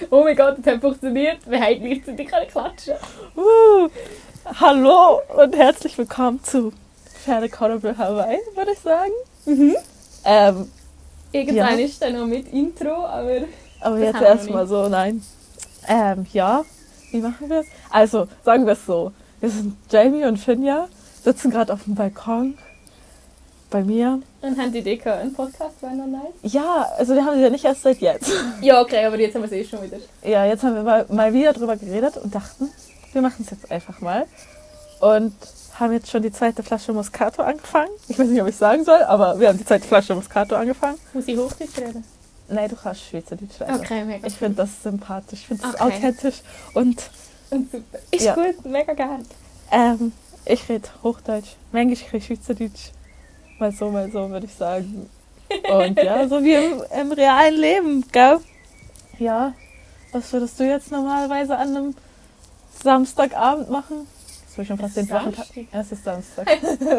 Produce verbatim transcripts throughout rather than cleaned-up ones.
Oh mein Gott, das hat funktioniert. Wir haben gleichzeitig klatschen. Uh, hallo und herzlich willkommen zu Pferde-Carnival Hawaii, würde ich sagen. Mhm. Ähm, Irgendwann ja. ist dann noch mit Intro, aber... Aber das jetzt haben wir noch erstmal so, nein. Ähm, ja, wie machen wir es? Also, sagen wir es so. Wir sind Jamie und Finja, sitzen gerade auf dem Balkon bei mir. Und haben die Idee gehabt, einen Podcast wäre noch nice. Ja, also wir haben sie ja nicht erst seit jetzt. Ja, okay, aber jetzt haben wir es eh schon wieder. Ja, jetzt haben wir mal, mal wieder drüber geredet und dachten, wir machen es jetzt einfach mal. Und haben jetzt schon die zweite Flasche Moscato angefangen. Ich weiß nicht, ob ich sagen soll, aber wir haben die zweite Flasche Moscato angefangen. Muss ich Hochdeutsch reden? Nein, du kannst Schweizerdeutsch reden. Okay, mega. Ich finde das sympathisch, ich finde das Okay. authentisch und Und super. Ist Ja. gut, mega gern. ähm, ich rede Hochdeutsch. Manchmal kriege ich Schweizerdeutsch. Mal so, mal so, würde ich sagen. Und ja, so wie im, im realen Leben, gell? Ja, was würdest du jetzt normalerweise an einem Samstagabend machen? Das will ich schon fast Es den ist Wochentag. Samstag. Es ist Samstag.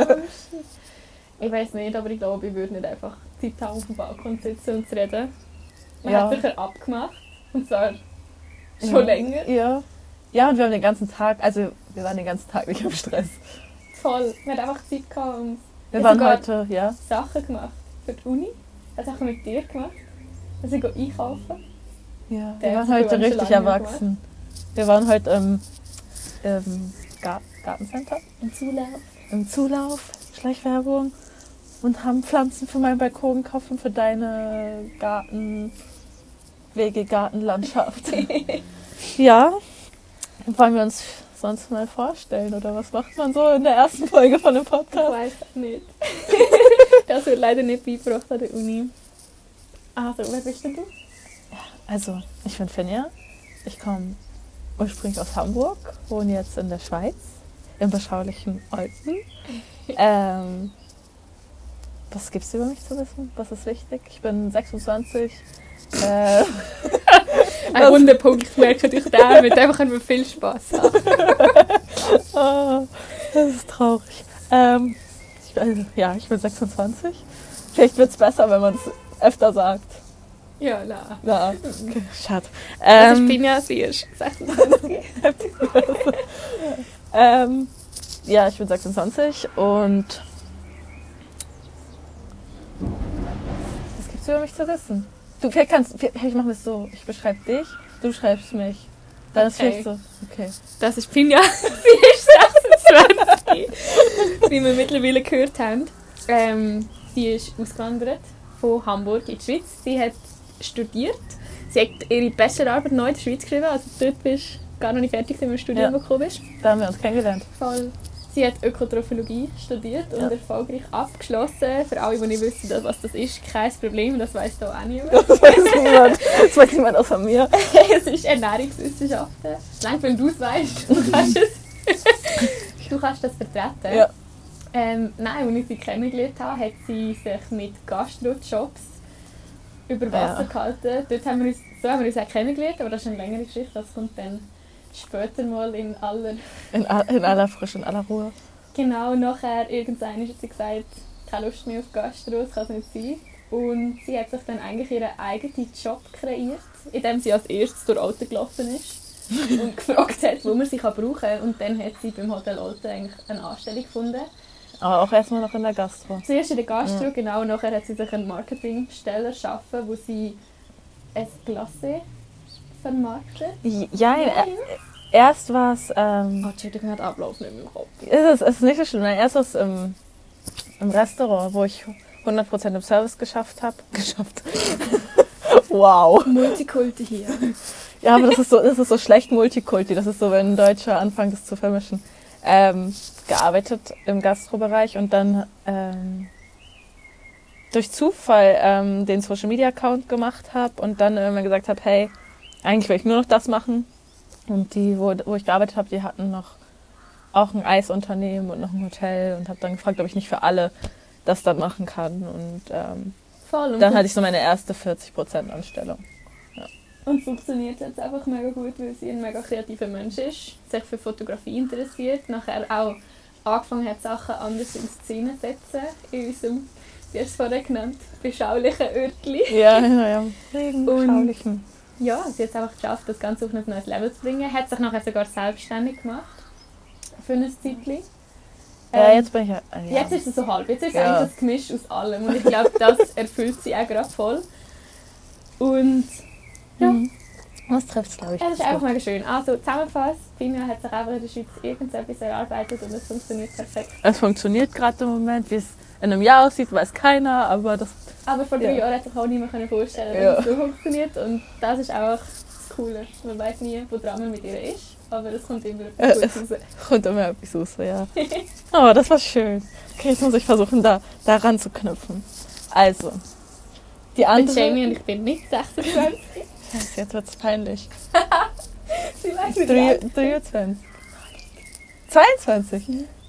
Ich weiß nicht, aber ich glaube, ich würde nicht einfach Zeit haben, auf dem Balkon sitzen und zu reden. Man Ja. hat sicher abgemacht. Und zwar schon Ja. länger. Ja. Ja, und wir haben den ganzen Tag, also wir waren den ganzen Tag nicht im Stress. Voll. Man hat einfach Zeit gehabt und Wir Ich waren sogar- heute, ja. Sachen gemacht für die Uni. Das habe ich mit dir gemacht. Also ich gehe einkaufen. Ja, Der wir hat waren sich heute schon richtig lange erwachsen. Wir waren heute im, im Gar Gartencenter, Im Zulauf. im Zulauf, Schleichwerbung und haben Pflanzen für meinen Balkon gekauft und für deine Gartenwege, Gartenlandschaft. Ja, wollen wir uns sonst mal vorstellen oder was macht man so in der ersten Folge von dem Ich Podcast? weiß nicht. Das wird leider nicht beigebracht an der Uni. Also, wer bist denn du? Also, ich bin Finja. Ich komme ursprünglich aus Hamburg, wohne jetzt in der Schweiz, im beschaulichen Olten. Ähm, was gibt es über mich zu wissen? Was ist wichtig? Ich bin sechsundzwanzig. Äh, Ein runder Punkt, merkt natürlich der, mit dem können wir viel Spass haben. oh, das ist traurig. Ähm, ich, also, ja, ich bin sechsundzwanzig. Vielleicht wird es besser, wenn man es öfter sagt. Ja, na. Na, okay, schade. Das ist Ähm, Pinja, sie ist sechsundzwanzig. ähm, ja, ich bin sechsundzwanzig und was gibt's über mich zu wissen? Du, vielleicht kannst, ich mache das so, ich beschreibe dich, du schreibst mich. Dann ist Okay. vielleicht so, okay. Das ist Pinja, sie ist sechsundzwanzig. Wie wir mittlerweile gehört haben. Ähm, sie ist ausgewandert von Hamburg in die Schweiz. Sie hat studiert. Sie hat ihre Bachelorarbeit neu in der Schweiz geschrieben. Also dort bist du gar noch nicht fertig, wenn du Studium Ja. gekommen bist. Da haben wir uns kennengelernt. Voll. Sie hat Ökotrophologie studiert und Ja. erfolgreich abgeschlossen. Für alle, die nicht wissen, was das ist, kein Problem. Das weiss hier auch niemand. Das weiß niemand, das weiß niemand außer mir. Es ist Ernährungswissenschaften. Solange wenn du es weißt, du kannst es. Du kannst das vertreten. Ja. Ähm, nein, als ich sie kennengelernt habe, hat sie sich mit Gastro-Jobs über Wasser Ja. gehalten. Dort haben wir uns, so haben wir uns auch kennengelernt, aber das ist eine längere Geschichte. Das kommt dann später mal in aller... In, a- in aller Frische, in aller Ruhe. Genau, nachher irgendwann hat sie gesagt, keine Lust mehr auf Gastro, das kann es nicht sein. Und sie hat sich dann eigentlich ihren eigenen Job kreiert, indem sie als erstes durch Alten gelaufen ist und gefragt hat, wo man sie brauchen kann. Und dann hat sie beim Hotel Alten eigentlich eine Anstellung gefunden. Aber auch erstmal noch in der Gastro. Zuerst in der Gastro, Ja. genau. Nachher hat sie sich eine Marketingstelle erschaffen, wo sie ein Glacé vermarktet. Ja, er, erst war es, Oh, ähm, Entschuldigung, hat Ablauf nicht mehr im Kopf. ist es ist nicht so schlimm, nein, erst war es im, im Restaurant, wo ich hundert Prozent im Service geschafft habe. Geschafft. Wow. Multikulti hier. Ja, aber das ist so, das ist so schlecht Multikulti. Das ist so, wenn ein Deutscher anfängt, das zu vermischen. Ähm, gearbeitet im Gastrobereich und dann ähm, durch Zufall ähm, den Social Media Account gemacht habe und dann irgendwann gesagt habe, hey, eigentlich will ich nur noch das machen. Und die, wo, wo ich gearbeitet habe, die hatten noch auch ein Eisunternehmen und noch ein Hotel und habe dann gefragt, ob ich nicht für alle das dann machen kann. Und ähm, Voll. Und dann hatte ich so meine erste vierzig Prozent Anstellung. Und funktioniert jetzt einfach mega gut, weil sie ein mega kreativer Mensch ist, sich für Fotografie interessiert, nachher auch angefangen hat, Sachen anders in Szene zu setzen, in unserem, wie hast du es vorher genannt, beschaulichen Örtchen. Ja, ja, ja. Und Regenschaulichen. ja, sie hat es einfach geschafft, das Ganze auf ein neues Level zu bringen. Hat sich nachher sogar selbstständig gemacht. Für ein Zeitchen. Ja, Ähm, jetzt bin ich ja... Äh, ja. Jetzt ist es so halb. Jetzt ist es Ja. eigentlich das Gemisch aus allem. Und ich glaube, das erfüllt sie auch gerade voll. Und ja, Mhm. Das trifft es, glaube ich. es ist ganz einfach gut. mega schön. Also zusammengefasst, Finja hat sich einfach in der Schweiz irgendetwas erarbeitet und es funktioniert perfekt. Es funktioniert gerade im Moment, wie es in einem Jahr aussieht, weiß keiner, aber das... Aber vor drei Ja. Jahren hätte sich auch niemand vorstellen können, Ja. dass es so funktioniert. Und das ist auch das Coole. Man weiß nie, wo dran man mit ihr ist, aber es kommt immer Äh, etwas es- Gutes raus. Kommt immer etwas raus, ja. Oh, das war schön. Okay, jetzt muss ich versuchen, da, da ranzuknüpfen. Also, die Mit andere... Jamie und ich bin nicht sechsundzwanzig. Scheiße, jetzt wird's peinlich. Sie weiß nicht, wie Drei- alt ich bin. dreiundzwanzig. zweiundzwanzig?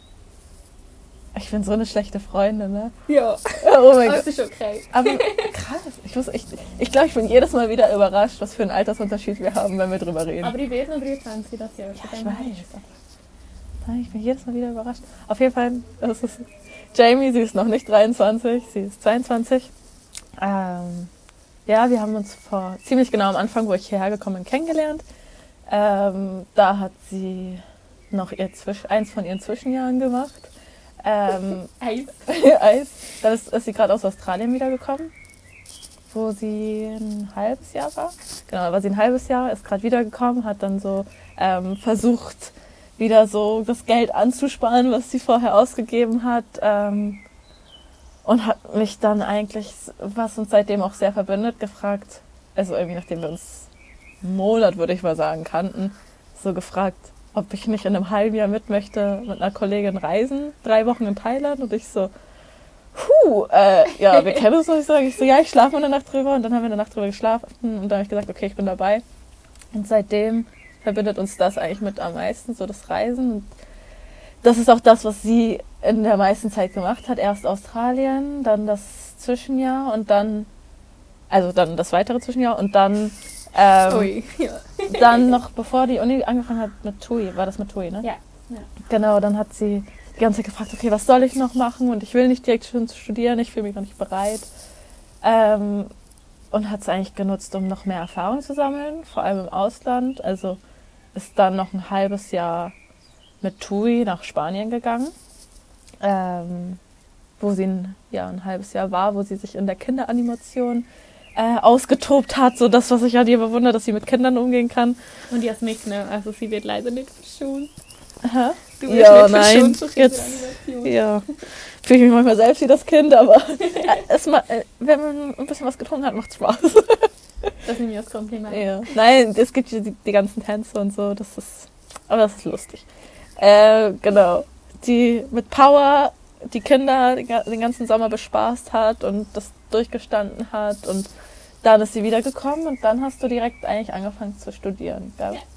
Ich bin so eine schlechte Freundin, ne? Ja, Oh mein aber Gott. es ist okay. Aber krass. Ich, muss echt, ich glaube, ich bin jedes Mal wieder überrascht, was für einen Altersunterschied wir haben, wenn wir drüber reden. Aber ich werde noch dreiundzwanzig das Jahr. Ja, Von ich dem her weiß. ist es Nein, ich bin jedes Mal wieder überrascht. Auf jeden Fall, das ist Jamie, sie ist noch nicht dreiundzwanzig, sie ist zweiundzwanzig. Ähm, ja, wir haben uns vor ziemlich genau am Anfang, wo ich hierher gekommen bin, kennengelernt. Ähm, da hat sie noch ihr Zwisch- eins von ihren Zwischenjahren gemacht. Ähm, Eis. Eis. Dann ist, ist sie gerade aus Australien wiedergekommen, wo sie ein halbes Jahr war. Genau, da war sie ein halbes Jahr, ist gerade wiedergekommen, hat dann so ähm, versucht, wieder so das Geld anzusparen, was sie vorher ausgegeben hat. Ähm, und hat mich dann eigentlich, was uns seitdem auch sehr verbindet, gefragt, also irgendwie nachdem wir uns einen Monat, würde ich mal sagen, kannten, so gefragt, ob ich nicht in einem halben Jahr mit möchte mit einer Kollegin reisen, drei Wochen in Thailand. Und ich so, puh, äh, ja, wir kennen uns noch. Ich sage, ich so, ja, ich schlafe mal eine Nacht drüber. Und dann haben wir eine Nacht drüber geschlafen. Und dann habe ich gesagt, okay, ich bin dabei. Und seitdem verbindet uns das eigentlich mit am meisten, so das Reisen. Und das ist auch das, was sie in der meisten Zeit gemacht hat. Erst Australien, dann das Zwischenjahr und dann, also dann das weitere Zwischenjahr und dann ähm, Ui, ja. dann noch, bevor die Uni angefangen hat mit TUI, war das mit TUI, ne? Ja. ja. Genau, dann hat sie die ganze Zeit gefragt, okay, was soll ich noch machen? Und ich will nicht direkt schon studieren, ich fühle mich noch nicht bereit. Ähm, und hat es eigentlich genutzt, um noch mehr Erfahrung zu sammeln, vor allem im Ausland. Also ist dann noch ein halbes Jahr mit TUI nach Spanien gegangen, ähm, wo sie ein, ja, ein halbes Jahr war, wo sie sich in der Kinderanimation äh, ausgetobt hat, so das, was ich an ihr bewundere, dass sie mit Kindern umgehen kann. Und ich habe es mitgenommen, also sie wird leider nicht verschont. Aha. Du wirst Ja, nicht nein, verschont durch jetzt- Kinderanimation. Ja, fühle ich mich manchmal selbst wie das Kind, aber äh, es ma- äh, wenn man ein bisschen was getrunken hat, macht Spaß. Das nehme ich als Kompliment. Ja. Nein, es gibt ja die, die ganzen Tänze und so, das ist, aber das ist lustig. Äh, genau, die mit Power die Kinder den ga- den ganzen Sommer bespaßt hat und das durchgestanden hat und dann ist sie wiedergekommen und dann hast du direkt eigentlich angefangen zu studieren, gell? Ja.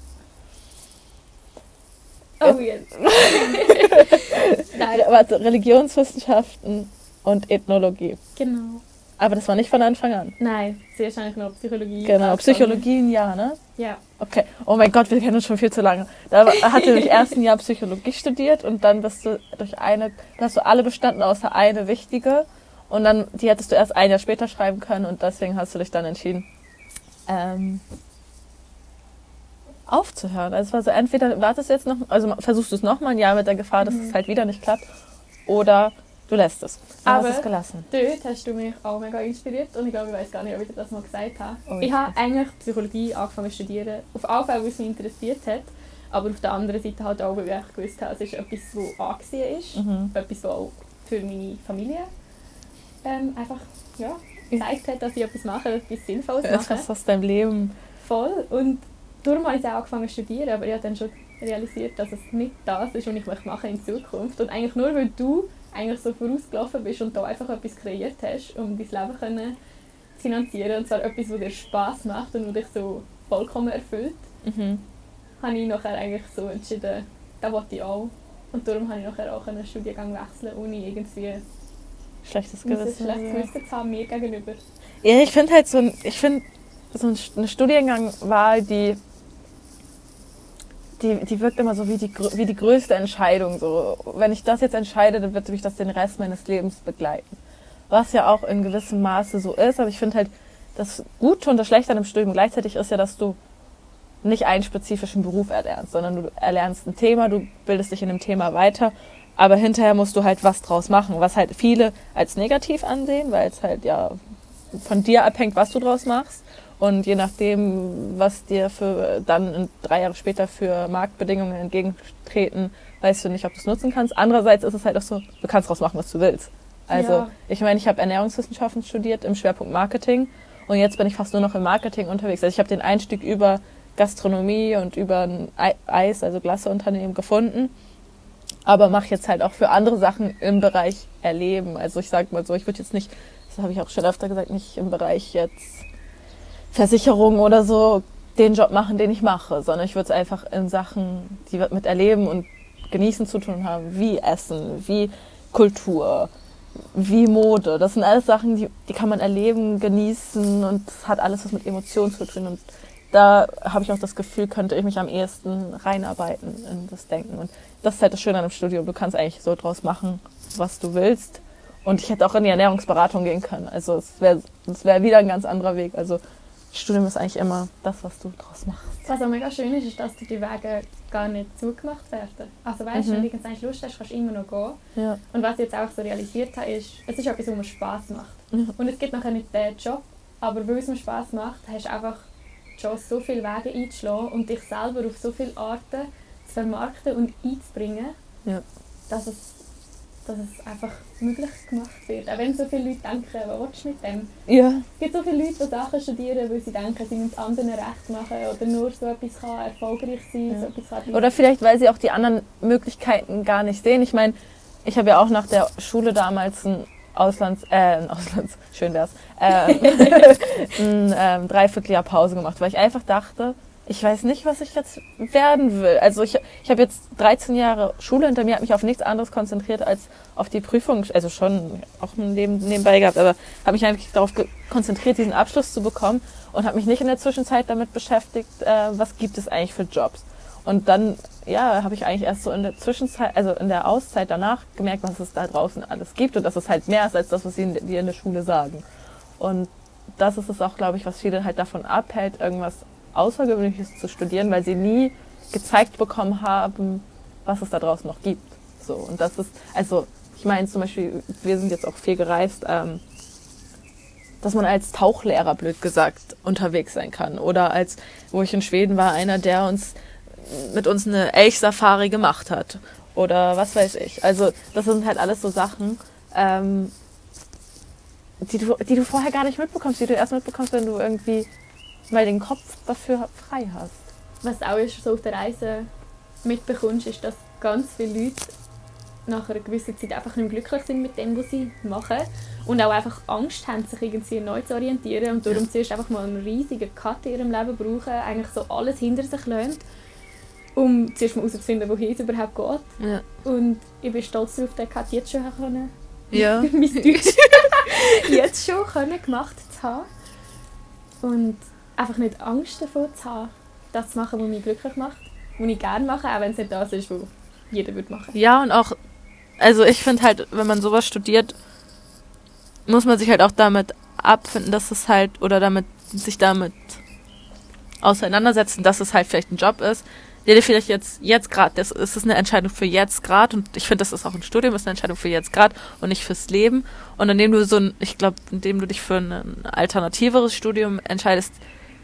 Oh, jetzt. Nein, Warte, Religionswissenschaften und Ethnologie. genau. Aber das war nicht von Anfang an. Nein, sie ist eigentlich noch Psychologie. Genau, angefangen. Psychologie ein Jahr, ne? Ja. Okay. Oh mein Gott, wir kennen uns schon viel zu lange. Da hat sie im ersten Jahr Psychologie studiert und dann bist du durch eine, da hast du alle bestanden außer eine wichtige und dann, die hättest du erst ein Jahr später schreiben können und deswegen hast du dich dann entschieden, ähm, aufzuhören. Also es war so, entweder wartest du jetzt noch, also versuchst du es noch mal ein Jahr mit der Gefahr, dass Mhm. es halt wieder nicht klappt oder du lässt es. Du Aber- hast es gelassen. Dort hast du mich auch mega inspiriert und ich glaube, ich weiß gar nicht, ob ich dir das mal gesagt habe. Oh, ich ich habe weiß. eigentlich Psychologie angefangen zu studieren, auf alle Fälle, weil es mich interessiert hat, aber auf der anderen Seite halt auch, weil ich einfach gewusst habe, es ist etwas, was angesehen ist, Mhm. etwas, was auch für meine Familie ähm, einfach ja, gezeigt hat, dass ich etwas mache, etwas Sinnvolles Das mache. ist aus deinem Leben. Voll. Und darum habe ich auch angefangen zu studieren, aber ich habe dann schon realisiert, dass es nicht das ist, was ich machen möchte in Zukunft. Und eigentlich nur, weil du eigentlich so vorausgelaufen bist und da einfach etwas kreiert hast, um dein Leben können zu finanzieren, und zwar etwas, das dir Spass macht und das dich so vollkommen erfüllt, Mhm. habe ich nachher eigentlich so entschieden, das wollte ich auch. Und darum habe ich nachher auch einen Studiengang wechseln, ohne irgendwie ein Schlechtes schlechtes Gewissen. Gewissen zu haben mir gegenüber. Ja, ich finde halt so ein, ich finde so ein- eine Studiengangwahl, die, die, die wirkt immer so wie die, grö- wie die größte Entscheidung. So, wenn ich das jetzt entscheide, dann wird mich das den Rest meines Lebens begleiten. Was ja auch in gewissem Maße so ist, aber ich finde halt, das Gute und das Schlechte an dem Studium gleichzeitig ist ja, dass du nicht einen spezifischen Beruf erlernst, sondern du erlernst ein Thema, du bildest dich in dem Thema weiter, aber hinterher musst du halt was draus machen, was halt viele als negativ ansehen, weil es halt ja von dir abhängt, was du draus machst. Und je nachdem, was dir für dann drei Jahre später für Marktbedingungen entgegentreten, weißt du nicht, ob du es nutzen kannst. Andererseits ist es halt auch so, du kannst draus machen, was du willst. Also ja. Ich meine, ich habe Ernährungswissenschaften studiert im Schwerpunkt Marketing und jetzt bin ich fast nur noch im Marketing unterwegs. Also ich habe den Einstieg über Gastronomie und über ein Eis, also Glasseunternehmen gefunden, aber mache jetzt halt auch für andere Sachen im Bereich Erleben. Also ich sage mal so, ich würde jetzt nicht, das habe ich auch schon öfter gesagt, nicht im Bereich jetzt Versicherung oder so den Job machen, den ich mache, sondern ich würde es einfach in Sachen, die mit Erleben und Genießen zu tun haben, wie Essen, wie Kultur, wie Mode. Das sind alles Sachen, die, die kann man erleben, genießen und das hat alles was mit Emotionen zu tun. Und da habe ich auch das Gefühl, könnte ich mich am ehesten reinarbeiten in das Denken. Und das ist halt das Schöne an dem Studium. Du kannst eigentlich so draus machen, was du willst. Und ich hätte auch in die Ernährungsberatung gehen können. Also es wäre es wär wieder ein ganz anderer Weg. Also Studium ist eigentlich immer das, was du draus machst. Was auch mega schön ist, ist, dass die Wege gar nicht zugemacht werden. Also weißt du, Mhm. wenn du irgendwann Lust hast, kannst du immer noch gehen. Ja. Und was ich jetzt auch so realisiert habe, ist, es ist etwas, was mir Spass macht. Ja. Und es gibt nachher nicht den Job, aber weil es mir Spass macht, hast du einfach die Chance, so viele Wege einzuschlagen und dich selber auf so viele Arten zu vermarkten und einzubringen, Ja. dass es, dass es einfach möglich gemacht wird. Auch wenn so viele Leute denken, was willst du mit dem? Ja. Es gibt so viele Leute, die Sachen studieren, weil sie denken, sie müssen es anderen recht machen oder nur so etwas kann erfolgreich sein, Ja. so etwas kann Oder vielleicht, weil sie auch die anderen Möglichkeiten gar nicht sehen. Ich meine, ich habe ja auch nach der Schule damals ein Auslands, äh, ein Auslands, schön wär's, ähm, ein ähm, Dreivierteljahr Pause gemacht, weil ich einfach dachte, ich weiß nicht, was ich jetzt werden will. Also ich, ich habe jetzt dreizehn Jahre Schule hinter mir, habe mich auf nichts anderes konzentriert als auf die Prüfung, also schon auch ein Leben nebenbei gehabt, aber habe mich eigentlich darauf konzentriert, diesen Abschluss zu bekommen und habe mich nicht in der Zwischenzeit damit beschäftigt, äh, was gibt es eigentlich für Jobs. Und dann, ja, habe ich eigentlich erst so in der Zwischenzeit, also in der Auszeit danach gemerkt, was es da draußen alles gibt und dass es halt mehr ist als das, was sie dir in der Schule sagen. Und das ist es auch, glaube ich, was viele halt davon abhält, irgendwas Außergewöhnliches zu studieren, weil sie nie gezeigt bekommen haben, was es da draußen noch gibt. So, und das ist, also ich meine zum Beispiel, wir sind jetzt auch viel gereist, ähm, dass man als Tauchlehrer, blöd gesagt, unterwegs sein kann. Oder als, wo ich in Schweden war, einer, der uns mit uns eine Elchsafari gemacht hat. Oder was weiß ich. Also das sind halt alles so Sachen, ähm, die du, die du vorher gar nicht mitbekommst, die du erst mitbekommst, wenn du irgendwie mal den Kopf dafür frei hast. Was auch ist, so auf der Reise mitbekommst, ist, dass ganz viele Leute nach einer gewissen Zeit einfach nicht mehr glücklich sind mit dem, was sie machen. Und auch einfach Angst haben, sich irgendwie neu zu orientieren. Und darum ja. zuerst einfach mal einen riesigen Cut in ihrem Leben brauchen, eigentlich so alles hinter sich lassen, um zuerst mal herauszufinden, wohin es überhaupt geht. Ja. Und ich bin stolz darauf, den Cut jetzt schon können, ja. mein Deutsch jetzt schon können gemacht zu haben. Und einfach nicht Angst davor zu haben, das zu machen, was mich glücklich macht, was ich gerne mache, auch wenn es nicht das ist, was jeder würde machen. Ja, und auch, also ich finde halt, wenn man sowas studiert, muss man sich halt auch damit abfinden, dass es halt, oder damit sich damit auseinandersetzen, dass es halt vielleicht ein Job ist, der dir vielleicht jetzt, jetzt gerade, das ist eine Entscheidung für jetzt gerade und ich finde, das ist auch ein Studium, ist eine Entscheidung für jetzt gerade und nicht fürs Leben. Und indem du so ein, ich glaube, indem du dich für ein alternativeres Studium entscheidest,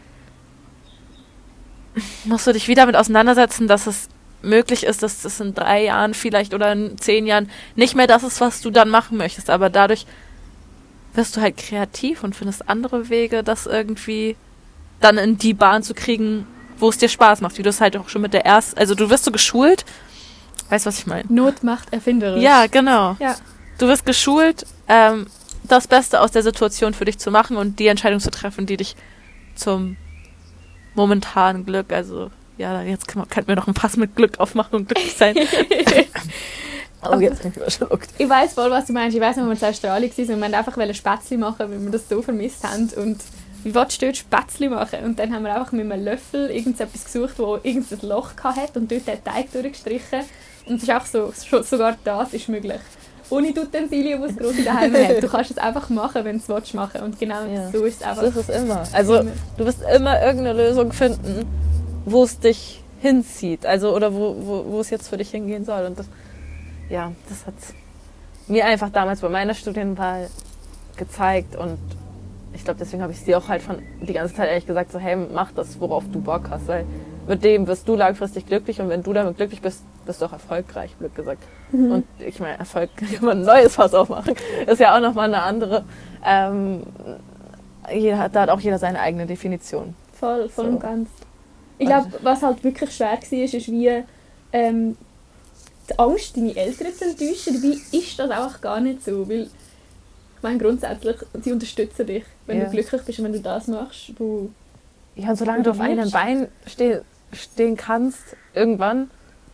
musst du dich wieder damit auseinandersetzen, dass es möglich ist, dass das in drei Jahren vielleicht oder in zehn Jahren nicht mehr das ist, was du dann machen möchtest. Aber dadurch wirst du halt kreativ und findest andere Wege, das irgendwie dann in die Bahn zu kriegen, wo es dir Spaß macht. Wie du es halt auch schon mit der ersten, also du wirst so geschult, weißt du, was ich meine? Not macht erfinderisch. Ja, genau. Ja. Du wirst geschult, ähm, das Beste aus der Situation für dich zu machen und die Entscheidung zu treffen, die dich zum momentanen Glück, also ja, jetzt kann man, könnten wir noch ein Fass mit Glück aufmachen und glücklich sein. Oh, jetzt bin ich überschluckt. Ich weiss voll, was du meinst. Ich weiss, wenn wir in Australien waren und wir einfach Spätzli machen, weil wir das so vermisst haben. Und wie willst du dort Spätzli machen? Und dann haben wir einfach mit einem Löffel irgendetwas gesucht, das irgendein Loch hatte und dort den Teig durchgestrichen. Und es ist auch so, sogar das ist möglich. ohne die Utensilien, die es gross daheim hat. Du kannst es einfach machen, wenn du es machen willst. Und genau Ja. so ist es einfach. Das ist es immer. Also du wirst immer irgendeine Lösung finden, wo es dich hinzieht. Also oder wo, wo, wo es jetzt für dich hingehen soll. Und das, ja, das hat mir einfach damals bei meiner Studienwahl gezeigt. Und ich glaube, deswegen habe ich es dir auch halt von die ganze Zeit ehrlich gesagt so, hey, mach das, worauf du Bock hast. Weil mit dem wirst du langfristig glücklich und wenn du damit glücklich bist, bist du auch erfolgreich, blöd gesagt. Mhm. Und ich meine, Erfolg kann immer ein neues Fass aufmachen. Ist ja auch nochmal eine andere. Ähm, jeder, da hat auch jeder seine eigene Definition. Voll, voll So. und ganz. Ich glaube, was halt wirklich schwer war, ist, ist wie ähm, die Angst, deine Eltern zu enttäuschen. Dabei ist das auch gar nicht so. Weil, ich meine, grundsätzlich, sie unterstützen dich, wenn Ja. du glücklich bist und wenn du das machst, wo Ja, und solange Und du du auf einem liebst. Bein steh, stehen kannst, irgendwann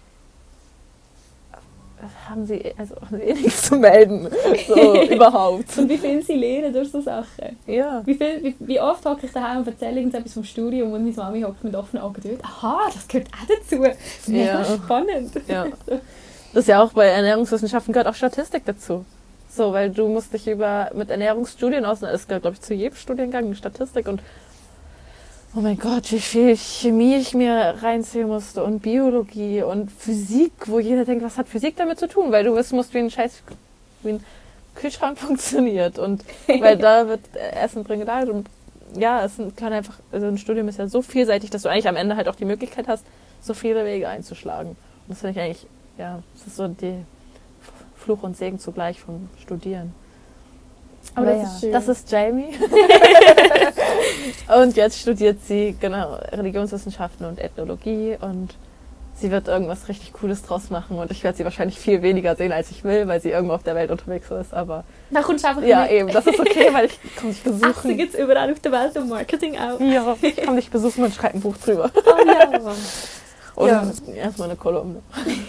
haben sie, also haben sie eh nichts zu melden. So, überhaupt. Und wie viel sie lernen durch so Sachen. Ja. Wie, viel, wie, wie oft hocke ich daheim und erzähle irgendetwas vom Studium und meine Mami hockt mit offenen Augen dort. Aha, das gehört auch dazu. Mega Ja. spannend. Ja. Das ist ja auch bei Ernährungswissenschaften gehört auch Statistik dazu. So, weil du musst dich über mit Ernährungsstudien auseinandersetzen. Es gehört, glaube ich, zu jedem Studiengang eine Statistik und oh mein Gott, wie viel Chemie ich mir reinziehen musste und Biologie und Physik, wo jeder denkt, was hat Physik damit zu tun? Weil du wissen musst, wie ein Scheiß, wie ein Kühlschrank funktioniert und weil da wird Essen drin gelagert und ja, es kann einfach, also ein Studium ist ja so vielseitig, dass du eigentlich am Ende halt auch die Möglichkeit hast, so viele Wege einzuschlagen. Und das finde ich eigentlich, ja, das ist so die Fluch und Segen zugleich vom Studieren. Aber das ja, ist schön. das ist Jamie. Und jetzt studiert sie genau Religionswissenschaften und Ethnologie und sie wird irgendwas richtig Cooles draus machen und ich werde sie wahrscheinlich viel weniger sehen, als ich will, weil sie irgendwo auf der Welt unterwegs ist. Aber Da kommst du einfach ja, mit. eben, das ist okay, weil ich komme dich Essen besuchen. gibt es überall auf der Welt und Marketing auch. Ja, ich komme dich besuchen und schreibe ein Buch drüber. Oh ja. Und Ja. erstmal eine Kolumne.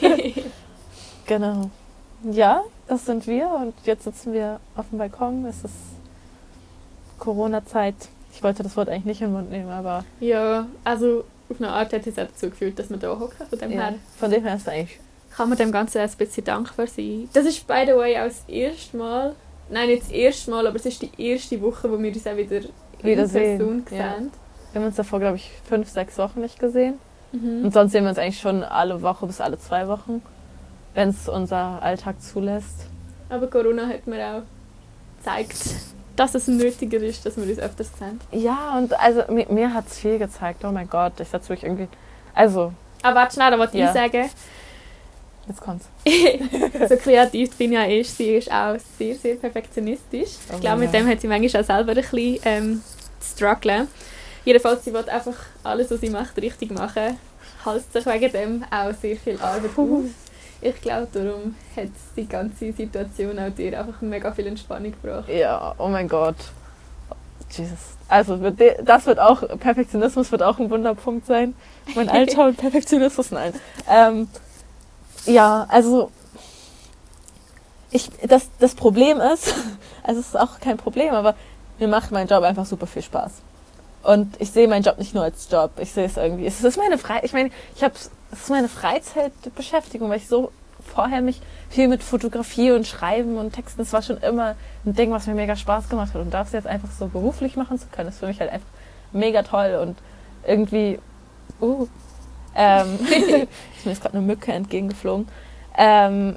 Genau. Ja, das sind wir und jetzt sitzen wir auf dem Balkon. Es ist Corona-Zeit. Ich wollte das Wort eigentlich nicht in den Mund nehmen, aber Ja, also auf eine Art hat es auch dazu geführt, dass wir hier hocken. Von dem ja, her von dem her ist es eigentlich. kann man dem Ganzen ein bisschen dankbar sein. Das ist, by the way, auch das erste Mal, nein, nicht das erste Mal, aber es ist die erste Woche, wo wir uns auch wieder Wiedersehen, in Person ja. sehen. Wir haben uns davor, glaube ich, fünf, sechs Wochen nicht gesehen. Mhm. Und sonst sehen wir uns eigentlich schon alle Woche bis alle zwei Wochen, wenn es unser Alltag zulässt. Aber Corona hat mir auch gezeigt, dass es nötiger ist, dass wir uns öfters sehen. Ja, und also mir, mir hat es viel gezeigt. Oh mein Gott, ich setze mich irgendwie. Also, Aber warte schnell, da wollte Ja. ich sagen, jetzt kommt's. so kreativ bin ich ja erst, sie ist auch sehr, sehr perfektionistisch. Oh Ich glaube, mit ja. dem hat sie manchmal auch selber ein bisschen ähm, zu strugglen. Jedenfalls, sie will einfach alles, was sie macht, richtig machen. Halst sich wegen dem auch sehr viel Arbeit auf. Ich glaube, darum hat die ganze Situation auch dir einfach mega viel Entspannung gebracht. Ja, oh mein Gott. Jesus. Also, wird de- das wird auch, Perfektionismus wird auch ein Wunderpunkt sein. Mein Alter und Perfektionismus, nein. Ähm, ja, also, ich, das, das Problem ist, also es ist auch kein Problem, aber mir macht mein Job einfach super viel Spaß. Und ich sehe meinen Job nicht nur als Job, ich sehe es irgendwie, es ist meine Freizeit, ich meine, ich habe, es ist meine Freizeitbeschäftigung, weil ich so vorher mich viel mit Fotografie und Schreiben und Texten, das war schon immer ein Ding, was mir mega Spaß gemacht hat und das jetzt einfach so beruflich machen zu können, ist für mich halt einfach mega toll und irgendwie, uh, ähm, mir ist gerade eine Mücke entgegengeflogen, ähm,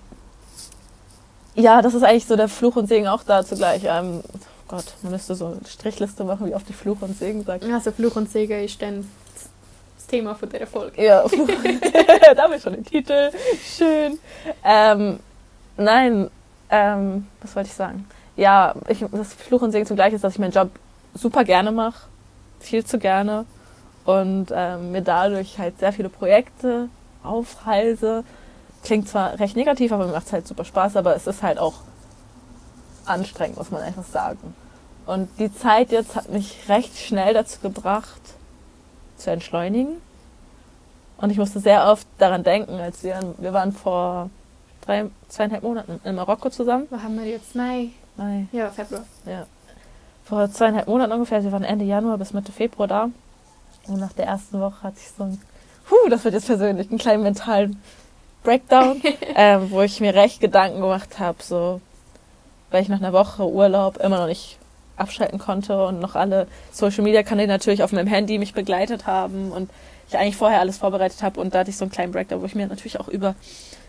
ja, das ist eigentlich so der Fluch und Segen auch da zugleich. Ähm, oh Gott, man müsste so eine Strichliste machen, wie oft ich Fluch und Segen sage. Also Fluch und Segen ist dann das Thema von dieser Folge. Ja, Fluch. Da habe ich schon den Titel. Schön. Ähm, nein, ähm, was wollte ich sagen? Ja, ich, das Fluch und Segen zugleich ist, dass ich meinen Job super gerne mache. Viel zu gerne. Und ähm, mir dadurch halt sehr viele Projekte aufhalse. Klingt zwar recht negativ, aber mir macht es halt super Spaß, aber es ist halt auch anstrengend, muss man einfach sagen. Und die Zeit jetzt hat mich recht schnell dazu gebracht, zu entschleunigen. Und ich musste sehr oft daran denken, als wir, wir waren vor drei, zweieinhalb Monaten in Marokko zusammen. Was haben wir jetzt? Mai? Mai, Ja, Februar. ja. Vor zweieinhalb Monaten ungefähr, wir waren Ende Januar bis Mitte Februar da. Und nach der ersten Woche hatte ich so ein, huh, das wird jetzt persönlich, einen kleinen mentalen Breakdown, ähm, wo ich mir recht Gedanken gemacht habe, so, weil ich nach einer Woche Urlaub immer noch nicht abschalten konnte und noch alle Social-Media-Kanäle natürlich auf meinem Handy mich begleitet haben und ich eigentlich vorher alles vorbereitet habe und da hatte ich so einen kleinen Breakdown, wo ich mir natürlich auch über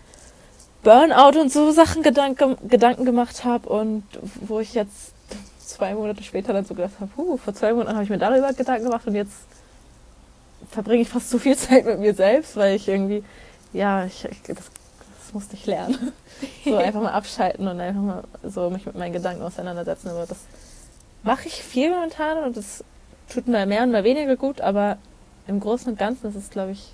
Burnout und so Sachen Gedanken, Gedanken gemacht habe und wo ich jetzt zwei Monate später dann so gedacht habe, huh, vor zwei Monaten habe ich mir darüber Gedanken gemacht und jetzt verbringe ich fast zu viel Zeit mit mir selbst, weil ich irgendwie, ja, ich, ich das, das musste ich lernen. So einfach mal abschalten und einfach mal so mich mit meinen Gedanken auseinandersetzen. Aber das mache ich viel momentan und das tut mal mehr und mal weniger gut, aber im Großen und Ganzen ist es, glaube ich,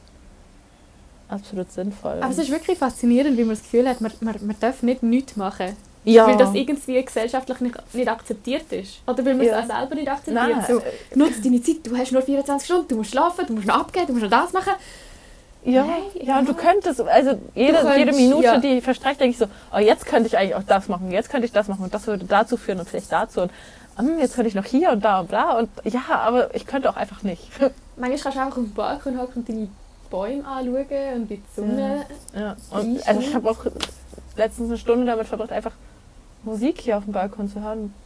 absolut sinnvoll. Aber es ist wirklich faszinierend, wie man das Gefühl hat, man, man, man darf nicht nichts machen. Ja. Weil das irgendwie gesellschaftlich nicht, nicht akzeptiert ist. Oder weil man Ja. es auch selber nicht akzeptiert. Nein. So, nutz deine Zeit, du hast nur vierundzwanzig Stunden, du musst schlafen, du musst noch abgehen, du musst noch das machen. Ja, Nein, ja, und du könntest, also jede, könntest, jede Minute, ja. die verstreicht, denke ich so, oh, jetzt könnte ich eigentlich auch das machen, jetzt könnte ich das machen und das würde dazu führen und vielleicht dazu und hm, jetzt könnte ich noch hier und da und da und ja, aber ich könnte auch einfach nicht. Manchmal kannst du einfach auf dem Balkon hocken und deine Bäume anschauen und die Sonne. Ja, und also ich habe auch letztens eine Stunde damit verbracht, einfach Musik hier auf dem Balkon zu hören und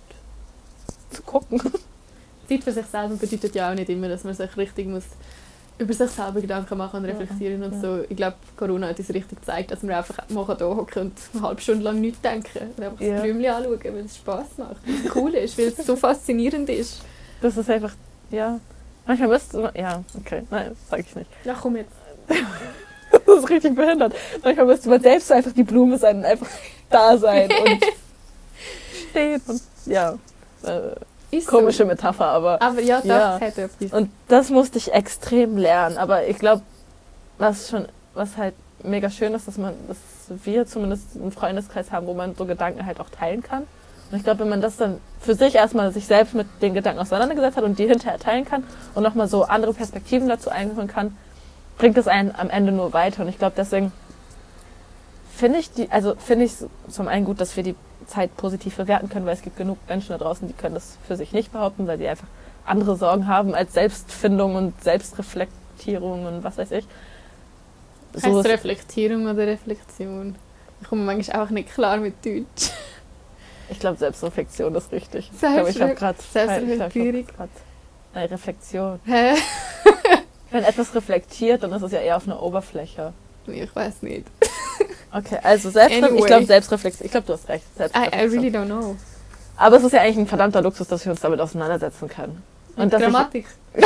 zu gucken. Zeit für sich selber bedeutet ja auch nicht immer, dass man sich richtig muss über sich selber Gedanken machen und reflektieren und Ja. so. Ich glaube, Corona hat uns richtig gezeigt, dass wir einfach mal hier hocken und eine halbe Stunde lang nichts denken und einfach Ja. das Blümchen anschauen, weil es Spass macht, weil es cool ist, weil es so faszinierend ist. Das ist einfach, ja, manchmal müsste man, ja, okay, nein, das sage ich nicht. Ja, komm jetzt. Das ist richtig behindert. Manchmal müsste man selbst einfach die Blume sein und einfach da sein und stehen und, ja, äh, Ist komische so. Metapher, aber Aber ja, doch, Ja. es hat etwas. und das musste ich extrem lernen. Aber ich glaube, was schon, was halt mega schön ist, dass man, dass wir zumindest einen Freundeskreis haben, wo man so Gedanken halt auch teilen kann. Und ich glaube, wenn man das dann für sich erstmal sich selbst mit den Gedanken auseinandergesetzt hat und die hinterher teilen kann und nochmal so andere Perspektiven dazu einholen kann, bringt es einen am Ende nur weiter. Und ich glaube, deswegen finde ich die, also finde ich zum einen gut, dass wir die Zeit positiv bewerten können, weil es gibt genug Menschen da draußen, die können das für sich nicht behaupten, weil die einfach andere Sorgen haben als Selbstfindung und Selbstreflektierung und was weiß ich. Heißt es Reflektierung oder Reflexion? Ich komme manchmal auch nicht klar mit Deutsch. ich glaube, Selbstreflexion ist richtig. Ich Selbstre- glaube, ich habe gerade Selbstreflektierung. Nein, Reflexion. Hä? Wenn etwas reflektiert, dann ist es ja eher auf einer Oberfläche. Nee, ich weiß nicht. Okay, also Selbstre Anyway. ich glaube Selbstreflexion. Ich glaube, du hast recht. I, I Selbstreflexion. really don't know. Aber es ist ja eigentlich ein verdammter Luxus, dass wir uns damit auseinandersetzen können. Und dass ich, Grammatik.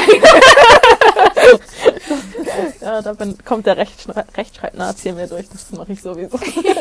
ja, da bin, kommt der Rechtschre Rechtschreibnazi in mir durch. Das mache ich sowieso.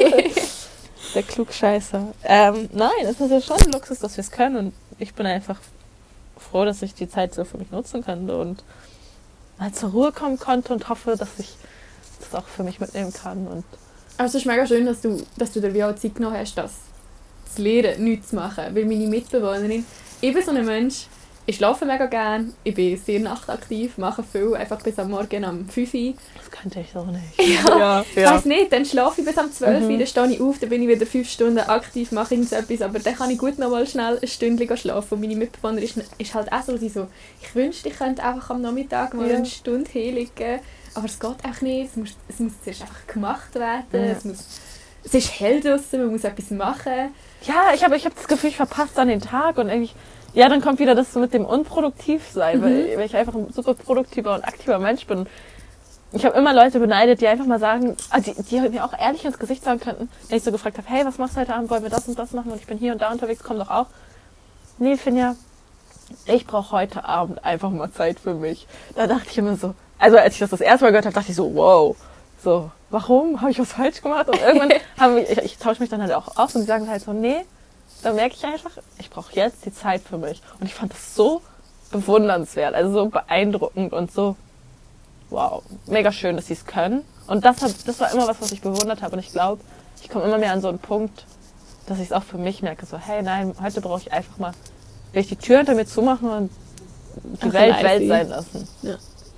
Der Klugscheißer. Ähm, nein, es ist ja schon ein Luxus, dass wir es können. Und ich bin einfach froh, dass ich die Zeit so für mich nutzen konnte und mal zur Ruhe kommen konnte und hoffe, dass ich das auch für mich mitnehmen kann. Und Aber es ist mega schön, dass du, dass du dir wie auch Zeit genommen hast, das zu lernen, nichts zu machen. Weil meine Mitbewohnerin, ich bin so ein Mensch, ich schlafe mega gerne, ich bin sehr nachtaktiv, mache viel, einfach bis am Morgen um fünf Uhr. das könnte ich so nicht. Ja, ja. weiss nicht, dann schlafe ich bis um zwölf Uhr, Mhm. dann stehe ich auf, dann bin ich wieder fünf Stunden aktiv, mache irgendetwas, aber dann kann ich gut noch mal schnell ein Stündchen schlafen. Und meine Mitbewohnerin ist, ist halt auch so, sie so, ich wünschte, ich könnte einfach am Nachmittag mal Ja. eine Stunde hinlegen, aber es geht auch nicht, es muss, es muss zuerst einfach gemacht werden, Ja. es, muss, es ist hell draussen, man muss etwas machen. Ja, ich habe ich hab das Gefühl, ich verpasse dann den Tag und irgendwie, ja, dann kommt wieder das mit dem Unproduktivsein, Mhm. weil, weil ich einfach ein super produktiver und aktiver Mensch bin. Ich habe immer Leute beneidet, die einfach mal sagen, ah, die, die mir auch ehrlich ins Gesicht sagen könnten, wenn ich so gefragt habe, hey, was machst du heute Abend, wollen wir das und das machen und ich bin hier und da unterwegs, komm doch auch. Nee, Finja, ich brauche heute Abend einfach mal Zeit für mich. Da dachte ich immer so, also als ich das das erste Mal gehört habe, dachte ich so, wow, so, warum, habe ich was falsch gemacht? Und irgendwann haben wir, ich, ich tausche mich dann halt auch aus und die sagen halt so, nee, da merke ich einfach, ich brauche jetzt die Zeit für mich. Und ich fand das so bewundernswert, also so beeindruckend und so, wow, mega schön, dass sie es können. Und das, hab, das war immer was, was ich bewundert habe. Und ich glaube, ich komme immer mehr an so einen Punkt, dass ich es auch für mich merke, so, hey, nein, heute brauche ich einfach mal, will ich die Tür hinter mir zumachen und die Ach, Welt leise. Welt sein lassen. Ja.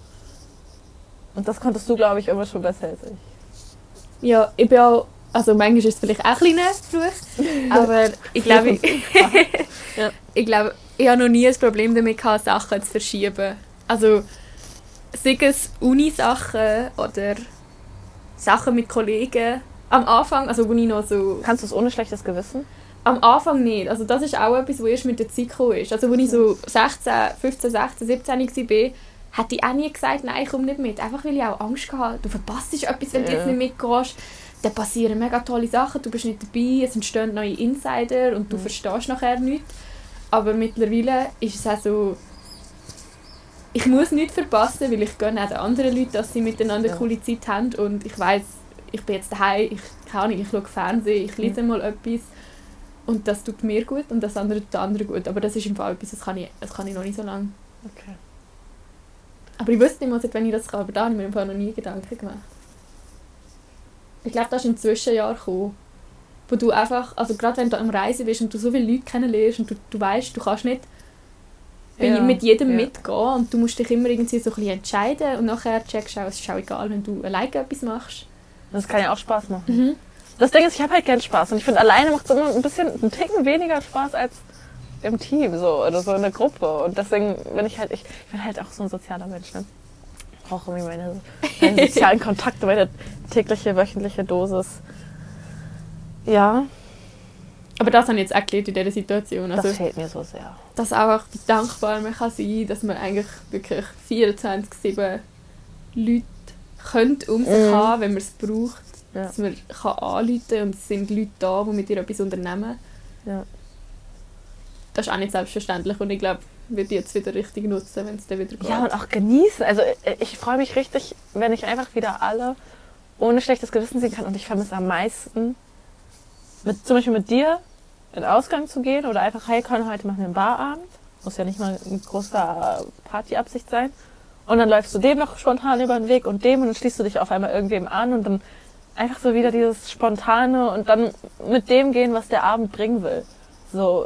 Und das konntest du, glaube ich, immer schon besser als ich. Ja, ich bin auch, also manchmal ist es vielleicht auch ein kleiner Fluch, aber ich glaube, ich, Ja. ich glaube, ich habe noch nie ein Problem damit gehabt, Sachen zu verschieben. Also, sei es Uni-Sachen oder Sachen mit Kollegen. Am Anfang, also wo ich noch so... Kannst du es ohne schlechtes Gewissen? Am Anfang nicht. Also das ist auch etwas, was erst mit der Zeit gekommen ist. Also als ich so sechzehn, fünfzehn, sechzehn, siebzehn war, hätte ich auch nie gesagt, nein, ich komme nicht mit. Einfach weil ich auch Angst hatte. Du verpasst etwas, wenn du Ja. jetzt nicht mitgehst. Dann passieren mega tolle Sachen, du bist nicht dabei, es entstehen neue Insider und du Mhm. verstehst nachher nichts. Aber mittlerweile ist es auch so, ich muss nichts verpassen, weil ich gönne auch den anderen Leuten, dass sie miteinander Ja. coole Zeit haben. Und ich weiss, ich bin jetzt daheim, ich, keine Ahnung, ich schaue Fernsehen, ich lese Mhm. mal etwas. Und das tut mir gut und das andere tut den anderen gut. Aber das ist im Fall etwas, das kann ich, das kann ich noch nicht so lange. Okay. Aber ich wüsste nicht mal, wenn ich das kann, aber da habe ich mir im Fall noch nie Gedanken gemacht. Ich glaube, das ist im Zwischenjahr gekommen, wo du einfach, also gerade wenn du am Reisen bist und du so viele Leute kennenlernst und du, du weißt, du kannst nicht Ja, mit jedem ja. mitgehen und du musst dich immer irgendwie so ein bisschen entscheiden und nachher checkst du auch, es ist auch egal, wenn du alleine etwas machst. Das kann ja auch Spaß machen. Mhm. Das Ding ist, ich habe halt gern Spaß und ich finde, alleine macht es immer ein bisschen, einen Ticken weniger Spaß als im Team so oder so in der Gruppe. Und deswegen bin ich halt, ich, ich bin halt auch so ein sozialer Mensch, ne? Ich brauche irgendwie meine, meine sozialen Kontakte, meine tägliche, wöchentliche Dosis. Ja, Aber das habe ich jetzt auch gelernt in dieser Situation. Also, das fehlt mir so sehr. dass einfach wie dankbar man kann sein, dass man eigentlich wirklich vierundzwanzig sieben Leute könnte um sich Mhm. haben, wenn man es braucht. Ja. Dass man kann anrufen kann und es sind Leute da, die mit dir etwas unternehmen. Ja. Das ist auch nicht selbstverständlich und ich glaube, ich würde die jetzt wieder richtig nutzen, wenn es dann wieder geht. Ja, und auch genießen. Also ich, ich freue mich richtig, wenn ich einfach wieder alle ohne schlechtes Gewissen sehen kann. Und ich vermisse am meisten, mit, zum Beispiel mit dir in den Ausgang zu gehen oder einfach, hey, komm, heute machen wir einen Barabend. Muss ja nicht mal eine große Partyabsicht sein. Und dann läufst du dem noch spontan über den Weg und dem und dann schließt du dich auf einmal irgendwem an und dann einfach so wieder dieses Spontane und dann mit dem gehen, was der Abend bringen will. So,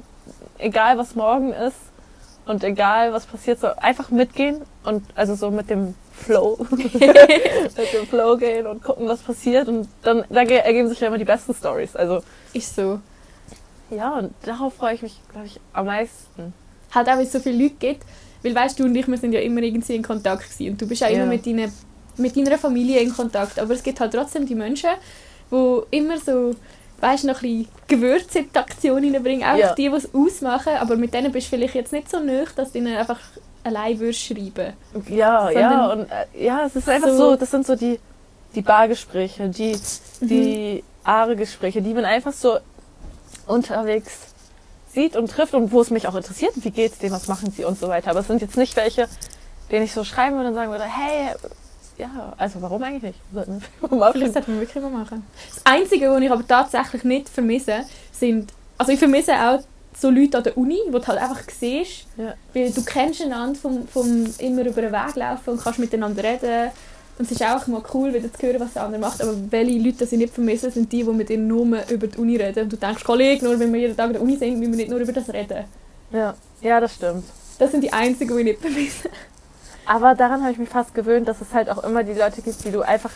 egal was morgen ist und egal was passiert, so einfach mitgehen und also so mit dem Flow, mit dem Flow gehen und gucken, was passiert und dann da ge- ergeben sich ja immer die besten Stories. Also Ist so. ja, und darauf freue ich mich, glaube ich, am meisten. Halt auch, weil es so viele Leute gibt. Weil weißt du und ich, wir sind ja immer irgendwie in Kontakt gewesen. Und du bist auch Ja. immer mit, deine, mit deiner Familie in Kontakt. Aber es gibt halt trotzdem die Menschen, die immer so, weißt du, noch ein bisschen Gewürze in die Aktion reinbringen. Auch Ja. die, die es ausmachen. Aber mit denen bist du vielleicht jetzt nicht so nahe, dass du ihnen einfach allein würdest schreiben. Ja, Sondern ja, und äh, ja, es ist einfach so- so, das sind so die, die Bargespräche, die, die Aare-Gespräche, die man einfach so unterwegs sieht und trifft und wo es mich auch interessiert, wie geht's denen, was machen sie und so weiter. Aber es sind jetzt nicht welche, denen ich so schreiben würde und sagen würde, hey, ja, also warum eigentlich nicht? Sollten wir mal Vielleicht sollten wir wirklich mal machen. Das Einzige, was ich aber tatsächlich nicht vermisse, sind, also ich vermisse auch so Leute an der Uni, die du halt einfach siehst, Ja. weil du kennst einander vom, vom immer über den Weg laufen und kannst miteinander reden. Und es ist auch mal cool, wieder zu hören, was der andere macht. Aber welche Leute das ich nicht vermisse, sind die, die mit dir nur über die Uni reden. Und du denkst, Kollege, nur wenn wir jeden Tag an der Uni sind, müssen wir nicht nur über das reden. Ja, ja, das stimmt. Das sind die einzigen, die ich nicht vermisse. Aber daran habe ich mich fast gewöhnt, dass es halt auch immer die Leute gibt, die du einfach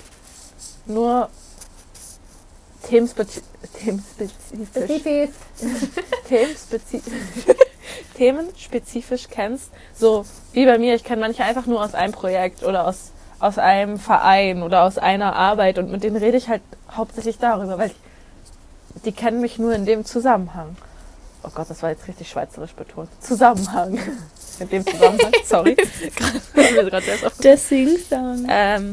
nur themenspezi- themenspezifisch, themenspezifisch, themenspezifisch kennst. So wie bei mir, ich kenne manche einfach nur aus einem Projekt oder aus, aus einem Verein oder aus einer Arbeit und mit denen rede ich halt hauptsächlich darüber, weil ich, die kennen mich nur in dem Zusammenhang. Oh Gott, das war jetzt richtig schweizerisch betont. Zusammenhang. In dem Zusammenhang, sorry. Der Sing-Song. Ähm,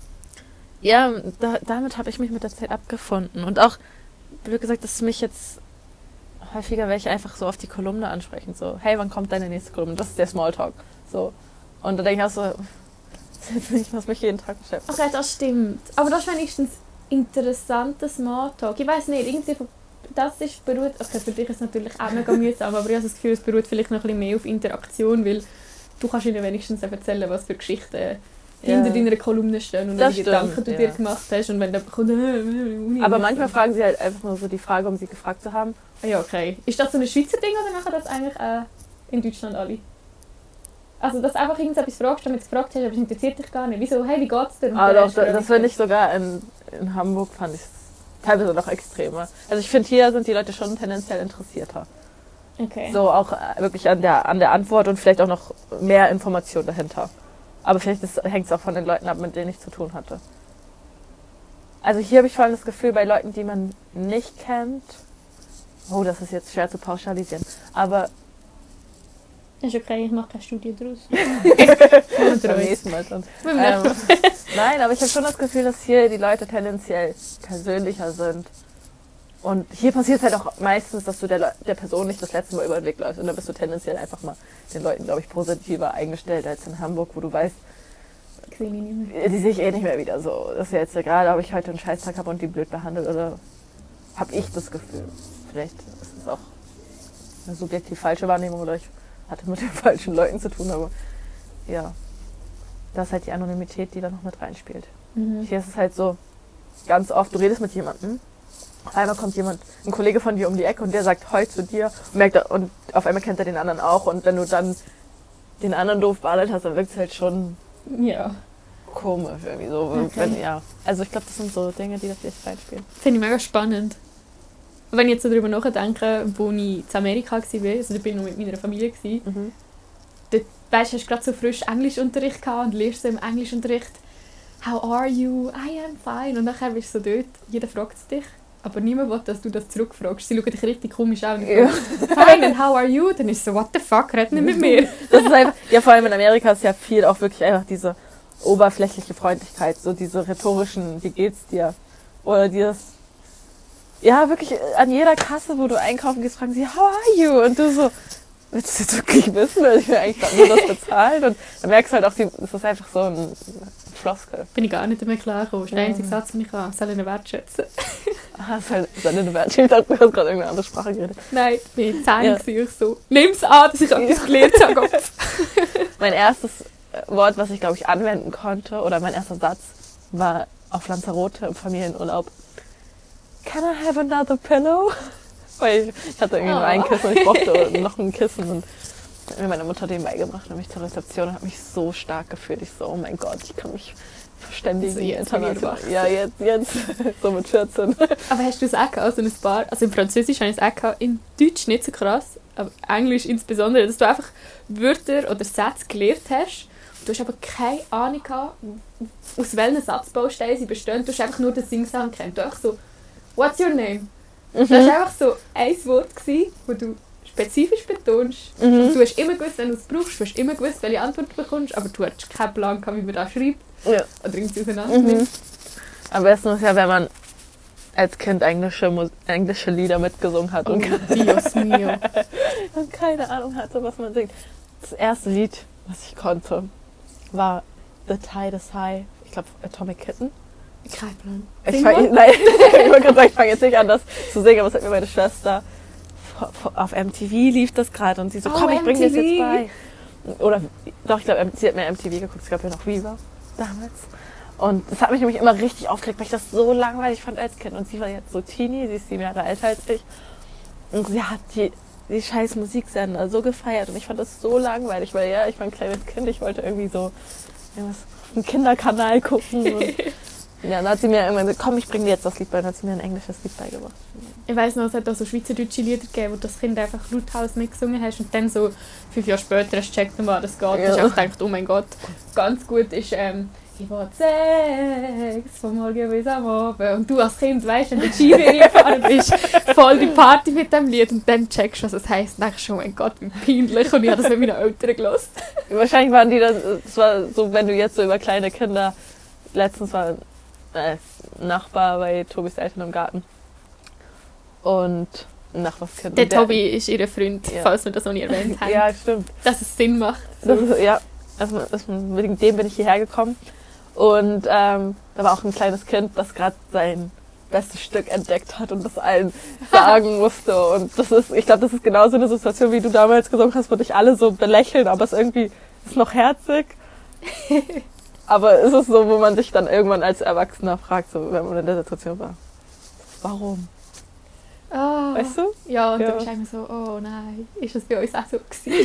ja, da, damit habe ich mich mit der Zeit abgefunden. Und auch, wie gesagt, dass mich jetzt häufiger welche einfach so auf die Kolumne ansprechen. So, hey, wann kommt deine nächste Kolumne? Das ist der Smalltalk. So. Und da denke ich auch so, das ist jetzt nicht, was mich jeden Tag beschäftigt. Okay, das stimmt. Aber das ist wenigstens interessanter Smalltalk. Ich weiß nicht, irgendwie von- das ist beruht. Okay, für dich ist es natürlich auch mega mühsam, aber ich habe das Gefühl, es beruht vielleicht noch ein bisschen mehr auf Interaktion, weil du kannst ihnen wenigstens erzählen, was für Geschichten Ja. hinter deiner Kolumne stehen und Das welche Gedanken stimmt, du ja. dir gemacht hast und wenn der kommt, äh, äh, Uni. Aber manchmal fragen sie halt einfach nur so die Frage, um sie gefragt zu haben. Ah ja, okay. Ist das so ein Schweizer Ding oder machen das eigentlich auch in Deutschland alle? Also, dass du einfach irgendetwas fragst, damit du gefragt hast, aber es interessiert dich gar nicht. Wieso? Hey, wie geht's dir? Und Aber der doch, ist das, völlig das finde ich sogar in, in Hamburg, fand ich teilweise noch extremer. Also ich finde, hier sind die Leute schon tendenziell interessierter. Okay. So auch äh, wirklich an der, an der Antwort und vielleicht auch noch mehr Information dahinter. Aber vielleicht hängt es auch von den Leuten ab, mit denen ich zu tun hatte. Also hier habe ich vor allem das Gefühl, bei Leuten, die man nicht kennt, oh, das ist jetzt schwer zu pauschalisieren, aber Das ist okay, ich mache keine Studie daraus. beim nächsten Mal dann. Ähm, nein, aber ich habe schon das Gefühl, dass hier die Leute tendenziell persönlicher sind. Und hier passiert es halt auch meistens, dass du der, Le- der Person nicht das letzte Mal über den Weg läufst. Und dann bist du tendenziell einfach mal den Leuten, glaube ich, positiver eingestellt als in Hamburg, wo du weißt, Sehe ich nicht mehr. die sehe ich eh nicht mehr wieder so. Das ist jetzt gerade, ob ich heute einen Scheißtag habe und die blöd behandelt oder habe ich das Gefühl. Vielleicht ist es auch eine subjektiv falsche Wahrnehmung oder ich hatte mit den falschen Leuten zu tun, aber ja. Das ist halt die Anonymität, die da noch mit reinspielt. Mhm. Hier ist es halt so, ganz oft, du redest mit jemandem, auf einmal kommt jemand, ein Kollege von dir um die Ecke und der sagt Hoi zu dir und, merkt, und auf einmal kennt er den anderen auch und wenn du dann den anderen doof behandelt hast, dann wirkt es halt schon Ja. komisch irgendwie so. Okay. Wenn, ja. Also ich glaube, das sind so Dinge, die das jetzt reinspielen. Finde ich mega spannend. Wenn ich jetzt so darüber nachdenke, wo ich in Amerika war, also da bin ich noch mit meiner Familie, gewesen, Mhm. dort weißt, hast du gerade so frisch Englischunterricht gehabt und lernst so im Englischunterricht «How are you? I am fine.» Und dann bist du so dort, jeder fragt es dich, aber niemand will, dass du das zurückfragst. Sie schauen dich richtig komisch an und Ja. «Fine, and how are you?» Dann ist es so «What the fuck, red nicht mit mir.» Das ist einfach, ja, vor allem in Amerika ist ja viel auch wirklich einfach diese oberflächliche Freundlichkeit, so diese rhetorischen, wie geht's dir? Oder dieses, ja, wirklich an jeder Kasse, wo du einkaufen gehst, fragen sie, how are you? Und du so, willst du jetzt wirklich wissen? Weil ich will eigentlich gerade nur das bezahlen. Und dann merkst du halt auch, die, es ist einfach so ein Floskel. Bin ich gar nicht damit klargekommen. Das ist der Ja. einzige Satz, den ich kann. Soll ich ihn wertschätzen? Ah, das ist halt seine Werte. Ich dachte, du hast gerade irgendeine andere Sprache geredet. Nein, ich bin zehn Ja. gewesen, ich so «Nimm's an, dass ich etwas gelernt habe.» Kopf. Mein erstes Wort, was ich, glaube ich, anwenden konnte, oder mein erster Satz, war auf Lanzarote im Familienurlaub. Can I have another pillow? Weil ich, ich hatte irgendwie nur ein Oh. Kissen und ich brauchte noch ein Kissen. Und hat mir meine Mutter den beigebracht, nämlich zur Rezeption und hat mich so stark gefühlt. Ich so, oh mein Gott, ich kann mich verständigen. Also jetzt international. bin ich Ja, jetzt, jetzt, so mit vierzehn. Aber hast du es auch gehabt, so ein paar, also im Französisch habe ich es auch gehabt, in Deutsch nicht so krass, aber Englisch insbesondere, dass du einfach Wörter oder Sätze gelernt hast, du hast aber keine Ahnung gehabt, aus welchen Satzbausteinen sie bestehen, du hast einfach nur den Singsang kennt. Du einfach so, «What's your name?» Das war einfach so ein Wort, gewesen, wo du spezifisch betonst. Mhm. Du hast immer gewusst, wenn du es brauchst, du hast immer gewusst, welche Antwort du bekommst, aber du hattest keinen Plan gehabt, wie man das schreibt Ja. oder irgendwie auseinander nimmt. Mhm. Am besten ist ja, wenn man als Kind englische, Mus- englische Lieder mitgesungen hat Oh, und, Dios mio. und keine Ahnung hatte, was man singt. Das erste Lied, was ich konnte, war The Tide is High. Ich glaube, Atomic Kitten. Kein Plan. Ich Sing fang, mal. nein, ich wollte gerade sagen, ich fange jetzt nicht an, das zu singen, aber es hat mir meine Schwester auf M T V lief das gerade und sie so, Oh, komm, ich bring dir das M T V. jetzt bei. Oder, doch, ich glaube, sie hat mehr M T V geguckt, es gab ja noch Viva damals. Und das hat mich nämlich immer richtig aufgeregt, weil ich das so langweilig fand als Kind. Und sie war jetzt so Teenie, sie ist sieben Jahre älter als ich. Und sie hat die, die scheiß Musiksender so gefeiert und ich fand das so langweilig, weil ja, ich war ein kleines Kind, ich wollte irgendwie so irgendwas auf dem Kinderkanal gucken. Und ja, dann hat sie mir irgendwann gesagt, komm, ich bring dir jetzt das Lied bei. Dann hat sie mir ein englisches Lied beigebracht. Ich weiss noch, es hat auch so schweizerdeutsche Lieder gegeben, wo das Kind einfach lauthals mitgesungen hast und dann so fünf Jahre später hast du gecheckt, um was das geht. Ja. Du hast auch gedacht, oh mein Gott, ganz gut ist ähm, «Ich will Sex, von morgen bis am Abend.» Und du als Kind weißt, wenn du die Skiferie gefahren bist, voll die Party mit dem Lied und dann checkst du, was es heisst. Und denkst du, oh mein Gott, wie peinlich. Und ich habe das mit meinen Eltern gehört. Wahrscheinlich waren die das, das war so, wenn du jetzt so über kleine Kinder, letztens war ein Nachbar bei Tobis Eltern im Garten und ein Nachbarskind. Der Und der- Tobi ist ihr Freund, Ja. falls wir das noch nie erwähnt haben. Ja, stimmt. Dass es Sinn macht. Das ist, ja, also, das, wegen dem bin ich hierher gekommen. Und ähm, da war auch ein kleines Kind, das gerade sein bestes Stück entdeckt hat und das allen sagen musste. Und das ist, ich glaube, das ist genau so eine Situation, wie du damals gesungen hast, wo dich alle so belächeln, aber es irgendwie ist noch herzig. Aber es ist so, wo man sich dann irgendwann als Erwachsener fragt, so, wenn man in der Situation war. Warum? Ah. Weißt du? Ja, und Ja. du bist immer so, oh nein, ist das bei uns auch so gewesen?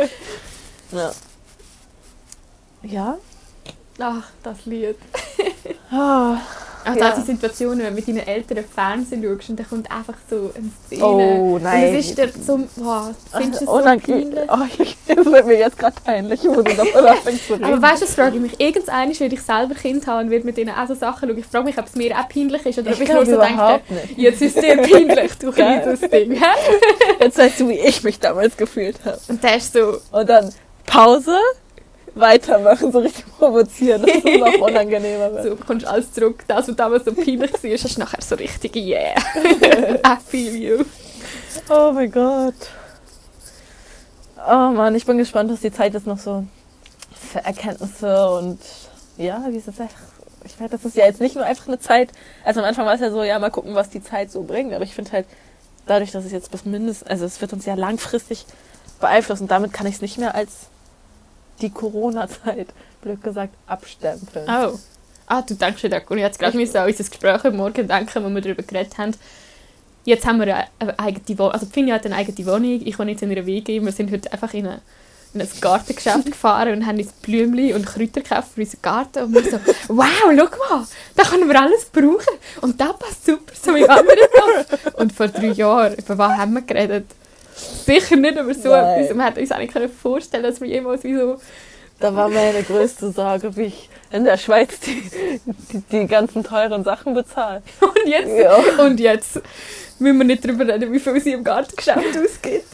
Ja. Ja? Ach, das Lied. Ah, Also ja. auch die Situationen, wenn du mit deinen Eltern Fernsehen schaust und dann kommt einfach so eine Szene. Oh nein. Und es ist dir so, wow, findest du es so Unangenehm. peinlich? Oh, ich, das wird mir jetzt gerade peinlich, wo du davon anfängst zu reden. Aber weißt du, das frage ich mich. Irgendwann werde ich selber Kind haben und werde mit ihnen auch so Sachen schauen. Ich frage mich, ob es mir auch peinlich ist oder Ich ob ich glaub nur so denke, überhaupt nicht. jetzt ist es dir peinlich, du Geil. kleines Ding. Jetzt weißt du, wie ich mich damals gefühlt habe. Und der ist so, Und dann Pause, weitermachen, so richtig provozieren, dass es noch unangenehmer wird. so bekommst du alles zurück. Das, was damals so peinlich war, ist nachher so richtig, yeah. I feel you. Oh mein Gott. Oh Mann, ich bin gespannt, was die Zeit jetzt noch so für Erkenntnisse und ja, wie ist das einfach. Ich meine, das ist ja jetzt nicht nur einfach eine Zeit. Also am Anfang war es ja so, ja, mal gucken, was die Zeit so bringt. Aber ich finde halt, dadurch, dass es jetzt bis mindestens, also es wird uns ja langfristig beeinflussen. Damit kann ich es nicht mehr als die Corona-Zeit, blöd gesagt, abstempeln. Oh. Ah, du denkst schon, und ich jetzt gerade müssen an unser Gespräch heute Morgen denken, wo wir darüber geredet haben. Jetzt haben wir eine eigene Wohnung, also Finja hat eine eigene Wohnung, ich wohne jetzt in einer W G. Wir sind heute einfach in, eine, in ein Gartengeschäft gefahren und haben uns Blümchen und Kräuter gekauft für unseren Garten. Und wir so, wow, schau mal, da können wir alles brauchen. Und das passt super so wie andere Sachen. Und vor drei Jahren, über was haben wir geredet? Sicher nicht über so Nein. etwas. Wir hätten uns eigentlich können vorstellen, dass wir jemals wie so... Da war meine größte Sorge, wie ich in der Schweiz die, die, die ganzen teuren Sachen bezahle. Und jetzt, Ja. und jetzt müssen wir nicht darüber reden, wie viel sie im Gartengeschäft ausgibt.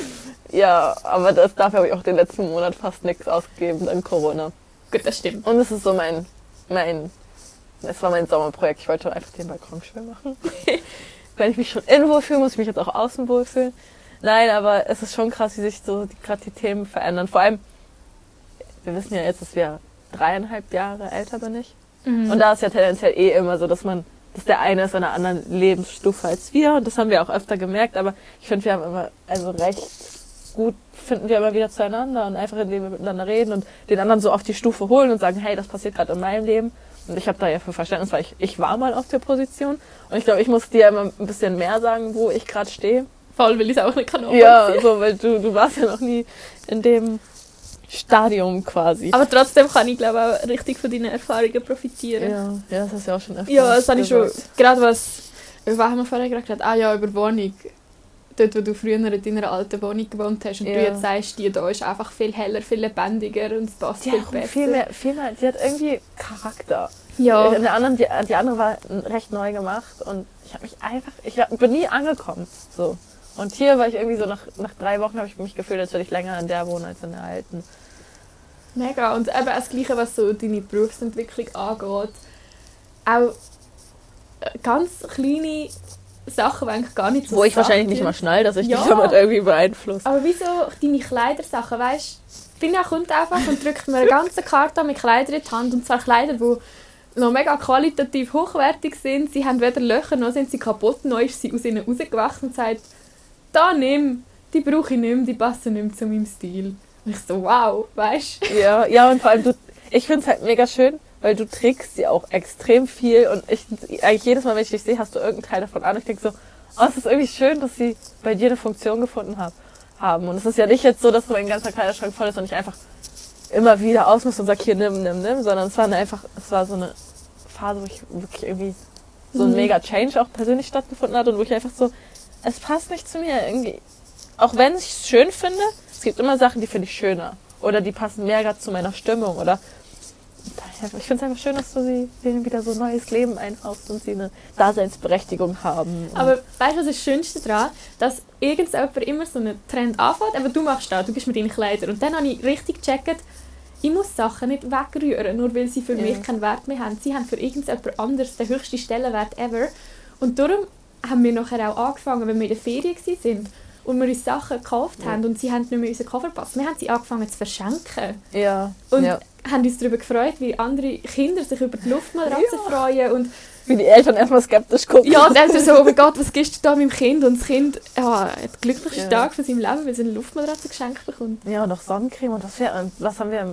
Ja, aber das dafür habe ich auch den letzten Monat fast nichts ausgegeben, dank Corona. Gut, das stimmt. Und es ist so mein, mein, es war mein Sommerprojekt. Ich wollte einfach den Balkon schön machen. Wenn ich mich schon innen wohlfühle, muss ich mich jetzt auch außen wohlfühlen. Nein, aber es ist schon krass, wie sich so gerade die Themen verändern. Vor allem, wir wissen ja jetzt, dass wir dreieinhalb Jahre älter bin ich. Mhm. Und da ist ja tendenziell eh immer so, dass man, dass der eine ist in einer anderen Lebensstufe als wir. Und das haben wir auch öfter gemerkt. Aber ich finde, wir haben immer, also recht gut finden wir immer wieder zueinander und einfach indem wir miteinander reden und den anderen so auf die Stufe holen und sagen, hey, das passiert gerade in meinem Leben. Und ich habe da ja für Verständnis, weil ich, ich war mal auf der Position. Und ich glaube, ich muss dir immer ein bisschen mehr sagen, wo ich gerade stehe. Voll, weil ich es auch nicht kann. Ja, so, weil du, du warst ja noch nie in dem Stadium quasi. Aber trotzdem kann ich, glaube auch richtig von deinen Erfahrungen profitieren. Ja, ja, das hast du ja auch schon öfter Ja, das habe ich schon. gesagt. Gerade was, über was haben wir vorher gerade gesagt? Ah ja, über Wohnung. Dort, wo du früher in deiner alten Wohnung gewohnt hast und Ja. du jetzt sagst, die da ist einfach viel heller, viel lebendiger und es passt Die viel hat besser. viel mehr, viel mehr, die hat irgendwie Charakter. Ja. In der anderen, die, die andere war recht neu gemacht und ich habe mich einfach, ich hab, bin nie angekommen. So. Und hier war ich irgendwie so, nach, nach drei Wochen habe ich mich gefühlt, als würde ich länger in der wohnen als in der alten. Mega. Und eben das Gleiche, was so deine Berufsentwicklung angeht. Auch äh, ganz kleine Sachen, die eigentlich gar nicht so Wo ich Sachen wahrscheinlich nicht sind. mal schnall, dass ich Ja. dich damit irgendwie beeinflusse. Aber wieso deine Kleidersachen, weißt du? Finja kommt einfach und drückt mir eine ganze Karte mit Kleidern in die Hand. Und zwar Kleider, die noch mega qualitativ hochwertig sind. Sie haben weder Löcher, noch sind sie kaputt. Noch ist sie aus ihnen rausgewachsen und sagt, da nimm, die brauche ich nicht mehr, die passen nicht mehr zu meinem Stil. Und ich so, wow, weißt du? Ja, ja, und vor allem, du, ich finde es halt mega schön, weil du trägst sie auch extrem viel und ich, eigentlich jedes Mal, wenn ich dich sehe, hast du irgendeinen Teil davon an. Ich denke so, oh, es ist irgendwie schön, dass sie bei dir eine Funktion gefunden hab, haben. Und es ist ja nicht jetzt so, dass mein ganzer Kleiderschrank voll ist und ich einfach immer wieder ausmisse und sage, hier, nimm, nimm, nimm, sondern es war eine einfach, es war so eine Phase, wo ich wirklich irgendwie so ein Mhm. mega Change auch persönlich stattgefunden hat und wo ich einfach so, es passt nicht zu mir irgendwie. Auch wenn ich es schön finde, es gibt immer Sachen, die finde ich schöner. Oder die passen mehr gerade zu meiner Stimmung. Oder ich finde es einfach schön, dass du sie denen wieder so neues Leben einhaust und sie eine Daseinsberechtigung haben. Und Aber weißt du, was ist das Schönste daran? Dass irgendjemand immer so einen Trend anfängt, aber du machst das, du gibst mir deine Kleider. Und dann habe ich richtig gecheckt, ich muss Sachen nicht wegrühren, nur weil sie für Ja. mich keinen Wert mehr haben. Sie haben für irgendjemand anderes den höchsten Stellenwert ever. Und darum haben wir nachher auch angefangen, wenn wir in der Ferien waren und wir uns Sachen gekauft Ja. haben und sie haben nicht mehr in unseren Koffer gepasst. Wir haben sie angefangen zu verschenken. ja, Und ja. haben uns darüber gefreut, wie andere Kinder sich über die Luftmatratze Ja. freuen. Und Wie die Eltern erstmal skeptisch gucken. ja, und dann so, oh mein Gott, was gibst du da meinem Kind? Und das Kind ja, hat den glücklichsten Ja. Tag von seinem Leben, weil sie eine Luftmatratze geschenkt bekommt. Ja, und noch Sonnencreme. Und was, wir, und was haben wir im,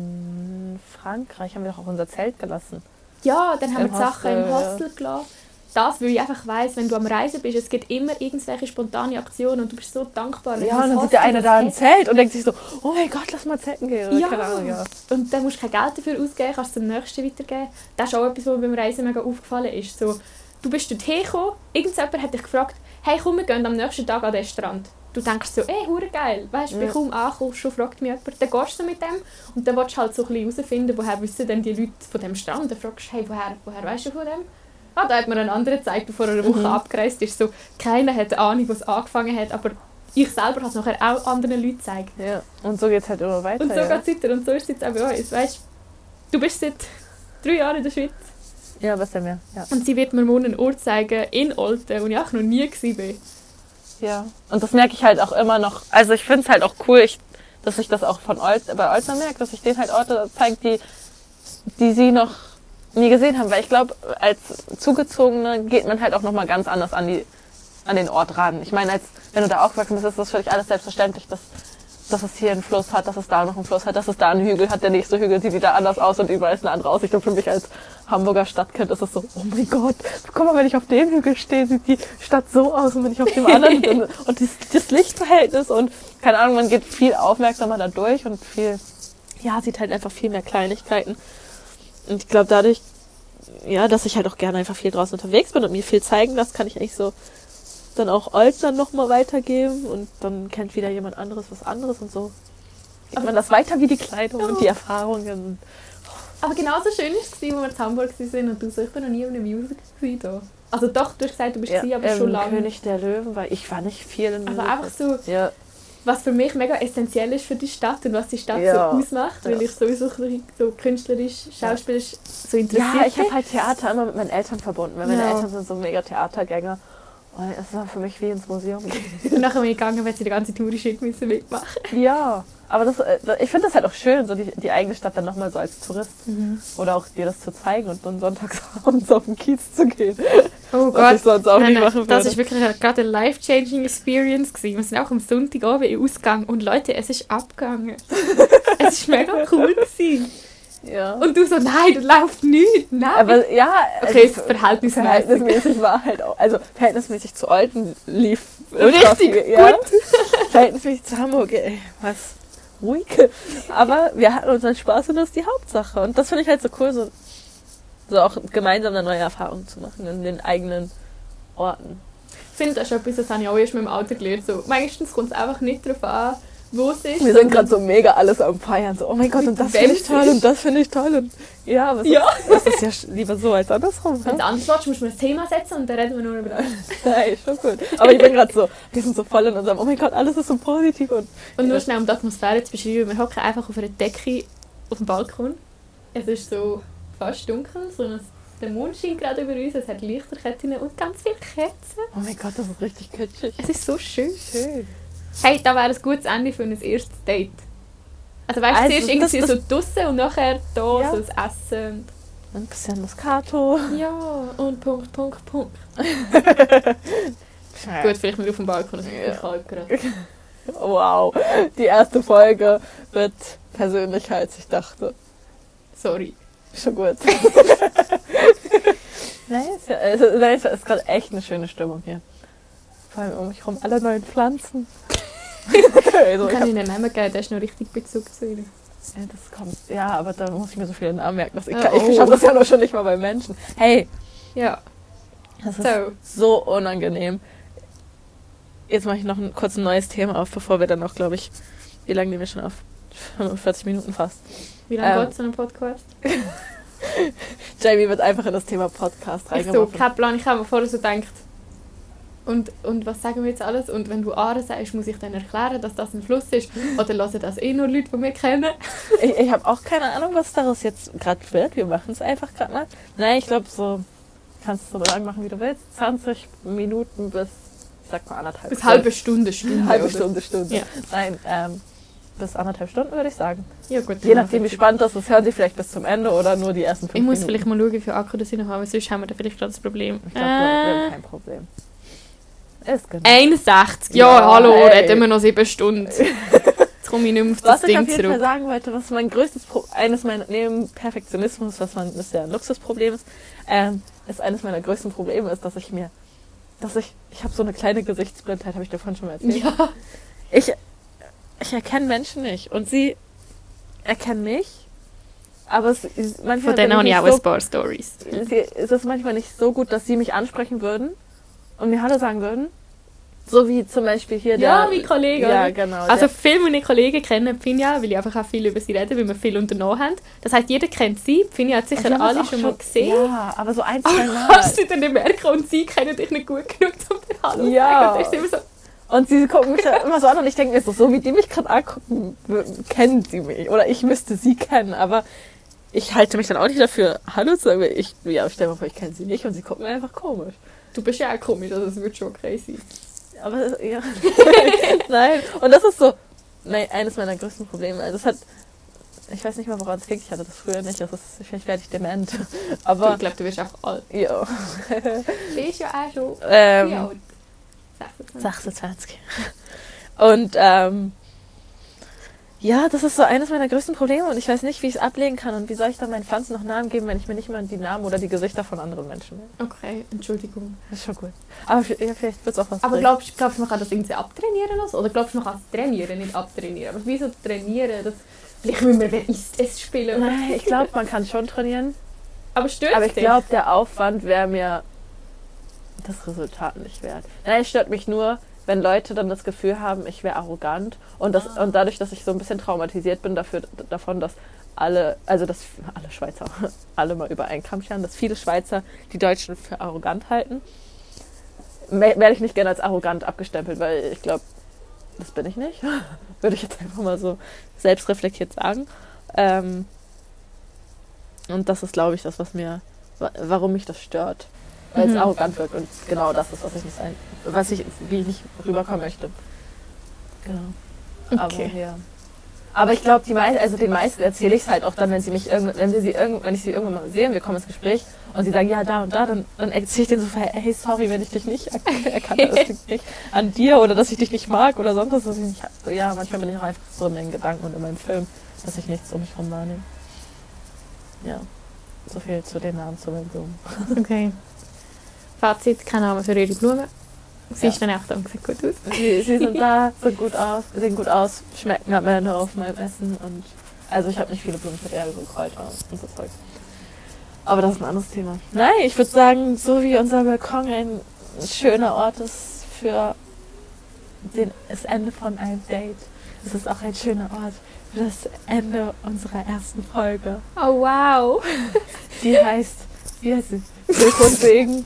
in Frankreich? Haben wir doch auch unser Zelt gelassen. Ja, dann haben Im wir die Sachen im Hostel, ja. Hostel gelassen. das, weil ich einfach weiss, wenn du am Reisen bist, es gibt immer irgendwelche spontane Aktionen und du bist so dankbar. Ja, und dann sieht der eine da ein Zelt und denkt sich so, oh mein Gott, lass mal zelten gehen. Oder ja. keine Ahnung, ja. Und dann musst du kein Geld dafür ausgeben, kannst es zum nächsten weitergeben. Das ist auch etwas, was mir beim Reisen mega aufgefallen ist. So, du bist dorthin gekommen, irgendjemand hat dich gefragt, hey komm, wir gehen am nächsten Tag an den Strand. Du denkst so, ey, hure geil, weißt du, ich bin kaum angekommen, schon fragt mich jemand, dann gehst du mit dem und dann willst du halt so ein bisschen herausfinden, woher wissen denn die Leute von dem Strand. Dann fragst du, hey, woher, woher weißt du von dem? Ah, da hat mir einen anderen gezeigt, bevor er eine Woche mhm. abgereist ist. So, keiner hat eine Ahnung, was angefangen hat, aber ich selber habe es nachher auch anderen Leuten gezeigt. Ja, und so geht es halt immer weiter. Und so ja. geht es weiter und so ist es jetzt auch bei uns. Weißt, du bist seit drei Jahren in der Schweiz. Ja, was denn mehr. Ja. Und sie wird mir morgen einen Ort zeigen in Olten, wo ich auch noch nie war. Ja, und das merke ich halt auch immer noch. Also ich finde es halt auch cool, ich, dass ich das auch von Olt, bei Olten merke, dass ich denen halt Orte zeige, die, die sie noch nie gesehen haben. Weil ich glaube, als Zugezogene geht man halt auch nochmal ganz anders an, die, an den Ort ran. Ich meine, als wenn du da aufgewachsen bist, ist das für dich alles selbstverständlich, dass, dass es hier einen Fluss hat, dass es da noch einen Fluss hat, dass es da einen Hügel hat. Der nächste Hügel sieht wieder anders aus und überall ist eine andere Aussicht. Und für mich als Hamburger Stadtkind ist es so, oh mein Gott, guck mal, wenn ich auf dem Hügel stehe, sieht die Stadt so aus und wenn ich auf dem anderen und, und das, das Lichtverhältnis und keine Ahnung, man geht viel aufmerksamer da durch und viel, ja, sieht halt einfach viel mehr Kleinigkeiten. Und ich glaube dadurch, ja, dass ich halt auch gerne einfach viel draußen unterwegs bin und mir viel zeigen lasse, kann ich eigentlich so dann auch Olten nochmal weitergeben und dann kennt wieder jemand anderes was anderes und so gibt man das weiter wie die Kleidung ja. und die Erfahrungen. Aber genauso schön war es, als wir in Hamburg waren und du so, ich bin noch nie in einem Musical da. Also doch, du hast gesagt, du bist ja, aber ähm, schon lange. König der Löwen, weil ich war nicht viel in Aber einfach so, ja. was für mich mega essentiell ist für die Stadt und was die Stadt ja. so ausmacht, weil ja. ich sowieso so künstlerisch, schauspielerisch so interessiert Ja, ich habe halt Theater immer mit meinen Eltern verbunden, weil meine ja. Eltern sind so mega Theatergänger. Und es war für mich wie ins Museum gehen. Und nachher bin ich gegangen, weil sie die ganze Touri-Shit mitmachen müssen. Ja, aber das, ich finde das halt auch schön, so die, die eigene Stadt dann nochmal so als Tourist. Mhm. Oder auch dir das zu zeigen und dann sonntagsabends auf den Kiez zu gehen. Oh was Gott. ich sonst auch nein, nicht machen würde. Das war wirklich gerade eine life-changing Experience gewesen. Wir sind auch am Sonntagabend in Ausgang und Leute, es ist abgegangen. Es war mega cool gewesen. Ja. Und du so, nein, das läuft nicht, nein. Aber ja, okay, also verhältnismäßig. verhältnismäßig war halt auch, also verhältnismäßig zu Olten lief richtig viel, gut. Ja. Verhältnismäßig zu Hamburg, ey, was ruhig. Aber wir hatten unseren Spaß und das ist die Hauptsache. Und das finde ich halt so cool, so, so auch gemeinsam eine neue Erfahrung zu machen in den eigenen Orten. Ich finde das schon etwas, das habe ich auch erst mit dem Auto gelernt. So, meistens kommt es einfach nicht darauf an, wo es ist. Wir sind gerade so mega alles am Feiern. So, oh mein Gott, und das finde ich toll und das finde ich toll. Und ja, aber ja. das ist ja lieber so als andersrum. Wenn es anders willst, musst du mir das Thema setzen und dann reden wir nur über das. Nein, schon gut. Aber ich bin gerade so, wir sind so voll in unserem, oh mein Gott, alles ist so positiv. Und, und nur schnell, um die Atmosphäre zu beschreiben, wir hocken einfach auf einer Decke auf dem Balkon. Es ist so fast dunkel, so ein, der Mond scheint gerade über uns, es hat Lichterketten und ganz viele Kerzen. Oh mein Gott, das ist richtig kitschig. Es ist so schön. Schön. Hey, da wäre ein gutes Ende für ein erstes Date. Also weißt du, also, zuerst irgendwie das, das so draussen und nachher da ja. so das Essen. Und ein bisschen Moscato. Ja, und Punkt, Punkt, Punkt. Gut, vielleicht mal auf dem Balkon, das ist ja. kalt gerade. Wow, die erste Folge wird persönlicher, als ich dachte. Sorry. Schon gut. Nein, es ist, also, es ist gerade echt eine schöne Stimmung hier. Vor allem um mich herum alle neuen Pflanzen. also, kann ich ihnen Namen geben, der ist noch richtig Bezug zu ihnen. Ja, das kommt. Ja, aber da muss ich mir so viele Namen merken. Dass ich oh. ich schaffe das ja noch schon nicht mal bei Menschen. Hey! Ja. Das ist so, so unangenehm. Jetzt mache ich noch ein, kurz ein neues Thema auf, bevor wir dann noch, glaube ich, wie lange nehmen wir schon auf? fünfundvierzig Minuten fast. Wie lange ähm, geht so ein Podcast? Jamie wird einfach in das Thema Podcast reingeworfen. Ich so, kein Plan, ich habe mir vorher so gedacht, und, und was sagen wir jetzt alles? Und wenn du Aare sagst, muss ich dann erklären, dass das ein Fluss ist? Oder hören das eh nur Leute, die wir kennen? ich ich habe auch keine Ahnung, was daraus jetzt gerade wird. Wir machen es einfach gerade mal. Nein, ich glaube so, kannst du so lange machen, wie du willst. zwanzig Minuten bis, sag mal, anderthalb Bis halbe Stunde, Stunde. halbe oder? Stunde, Stunde. Ja. Nein, ähm, bis anderthalb Stunden würde ich sagen. Ja, gut, je nachdem, wie spannend das ist, hören Sie vielleicht bis zum Ende oder nur die ersten fünf Minuten. Ich muss Minuten. vielleicht mal schauen, wie viel Akku das ich noch habe, sonst haben wir da vielleicht gerade das Problem. Ich glaube, äh. wir haben kein Problem. Ist genau. einundsechzig, ja, ja hallo, reden wir noch sieben Stunden. Jetzt komme ich nicht mehr auf das Was ich Ding auf jeden zurück. Fall sagen wollte, was mein größtes Pro eines meiner, neben Perfektionismus, was man, das ja ein Luxusproblem ist, ähm, ist eines meiner größten Probleme ist, dass ich mir, dass ich, ich habe so eine kleine Gesichtsblindheit, habe ich dir vorhin schon mal erzählt. Ja. Ich, ich erkenne Menschen nicht und sie erkennen mich, aber es ist manchmal Von denen bin habe ich nicht auch so, ein paar Storys. sie, es ist manchmal nicht so gut, dass sie mich ansprechen würden und mir Hallo sagen würden. So wie zum Beispiel hier Ja, der... mein Kollege. Ja, oder? genau. Also der, viele meiner Kollegen kennen Finja, weil ich einfach auch viel über sie rede, weil wir viel unternommen haben. Das heisst, jeder kennt sie. Finja hat sicher die haben alle uns auch schon mal gesehen. Ja, aber so ein, zwei Mal. Hast du dann nicht merken und sie kennen dich nicht gut genug, um dir Hallo zu Ja. sagen. Und das ist immer so, Und sie gucken mich dann immer so an und ich denke mir so, so wie die mich gerade angucken, w- kennen sie mich. Oder ich müsste sie kennen, aber ich halte mich dann auch nicht dafür, Hallo zu sagen. weil Ich, ja, stell dir mal vor, ich kenne sie nicht und sie gucken mir einfach komisch. du bist ja auch komisch, also es wird schon okay sein. Aber, ja. Nein. Und das ist so, nein, eines meiner größten Probleme. Also es hat, ich weiß nicht mal, woran es liegt. Ich hatte das früher nicht. Das ist, vielleicht werde ich dement. Aber, Ich glaube, du wirst einfach alt. ja. Du bist ja auch schon wie Ähm, alt? sechsundzwanzig. sechsundzwanzig. Und ähm, ja, das ist so eines meiner größten Probleme und ich weiß nicht, wie ich es ablegen kann und wie soll ich dann meinen Pflanzen noch Namen geben, wenn ich mir nicht mal die Namen oder die Gesichter von anderen Menschen will. Okay, Entschuldigung. Das ist schon gut. Aber f- ja, vielleicht wird es auch was Aber bringen. glaubst du, glaubst, man kann das irgendwie abtrainieren lassen? Oder glaubst du, man kann es trainieren, nicht abtrainieren? Aber wieso trainieren? Das, vielleicht müssen wir wenn es spielen. Nein, ich glaube, man kann schon trainieren. Aber stört Aber ich dich? glaube, der Aufwand wäre mir das Resultat nicht wert. Nein, es stört mich nur, wenn Leute dann das Gefühl haben, ich wäre arrogant und, das, und dadurch, dass ich so ein bisschen traumatisiert bin dafür, davon, dass alle, also dass alle Schweizer, alle mal über einen Kamm scheren, dass viele Schweizer die Deutschen für arrogant halten, me- werde ich nicht gerne als arrogant abgestempelt, weil ich glaube, das bin ich nicht. Würde ich jetzt einfach mal so selbstreflektiert sagen. Ähm, und das ist, glaube ich, das, was mir, wa- warum mich das stört. Weil es Mhm. arrogant wirkt und genau das ist, was ich nicht sein, was ich, wie ich nicht rüberkommen möchte. Genau. Okay. Aber ja. Aber ich glaube, die meisten, also den meisten erzähle ich es halt auch dann, wenn sie mich irgend, wenn wir sie irgend, wenn ich sie irgendwann mal sehe und wir kommen ins Gespräch und sie sagen, ja, da und da, dann, dann erzähle ich denen so, hey, sorry, wenn ich dich nicht er- erkannt habe, das liegt nicht an dir oder dass ich dich nicht mag oder sonst was. Dass ich nicht, ja, manchmal bin ich auch einfach so in meinen Gedanken und in meinem Film, dass ich nichts um mich herum wahrnehme. Ja, so viel zu den Namen zu meinen Blumen. Okay. Fazit, kein Name für ihre Blumen. Sie Ja. ist dann echt dann sieht gut aus. Sie, sie sind da, sehen gut aus, sehen gut aus, schmecken am Ende auf meinem Essen und also ich habe nicht viele Blumen mit Erde und Kräuter und so Zeug. Aber das ist ein anderes Thema. Nein, ich würde sagen, so wie unser Balkon ein schöner Ort ist für den, das Ende von einem Date, ist es auch ein schöner Ort für das Ende unserer ersten Folge. Oh wow. Die heißt, wie heißt sie? Glück und Segen.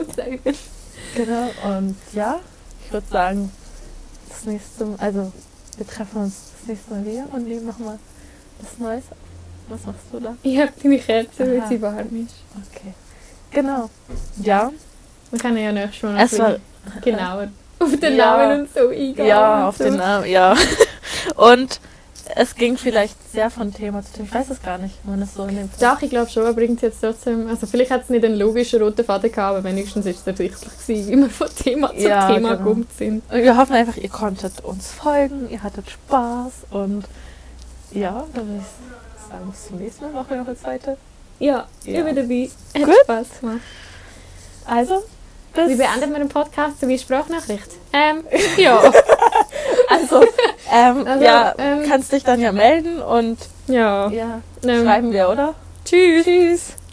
Genau, und ja, ich würde sagen, das nächste Mal, also wir treffen uns das nächste Mal wieder und nehmen nochmal was Neues. Was machst du da? Ich habe deine Kerze, weil Aha. sie warm ist. Okay. Genau. Ja, Wir können ja nächstes Mal noch es war, ein bisschen genauer auf den Ja. Namen und so eingehen. ja, und auf so. den Namen, ja. Und es ging vielleicht sehr von Thema zu Thema. Ich weiß es gar nicht, wenn es so in dem Doch, ich glaube schon, aber bringt jetzt trotzdem. Also vielleicht hat es nicht einen logischen roten Faden gehabt, aber wenigstens ist es ersichtlich gewesen, wie wir von Thema zu Ja, Thema genau. gekommen sind. Und wir hoffen einfach, ihr konntet uns folgen, ihr hattet Spaß und ja, dann würde ich sagen, bis zum nächsten Mal. Machen wir noch eine zweite. Ja, Ja. ich bin dabei. Hat Gut. Spaß gemacht. Also, bis... Wie beendet man einen Podcast? So wie Sprachnachricht? Ähm, ja. Also, ähm, Also, ja, ähm, kannst dich dann ja melden und Ja. ja, Ähm, schreiben wir, oder? Tschüss. Tschüss.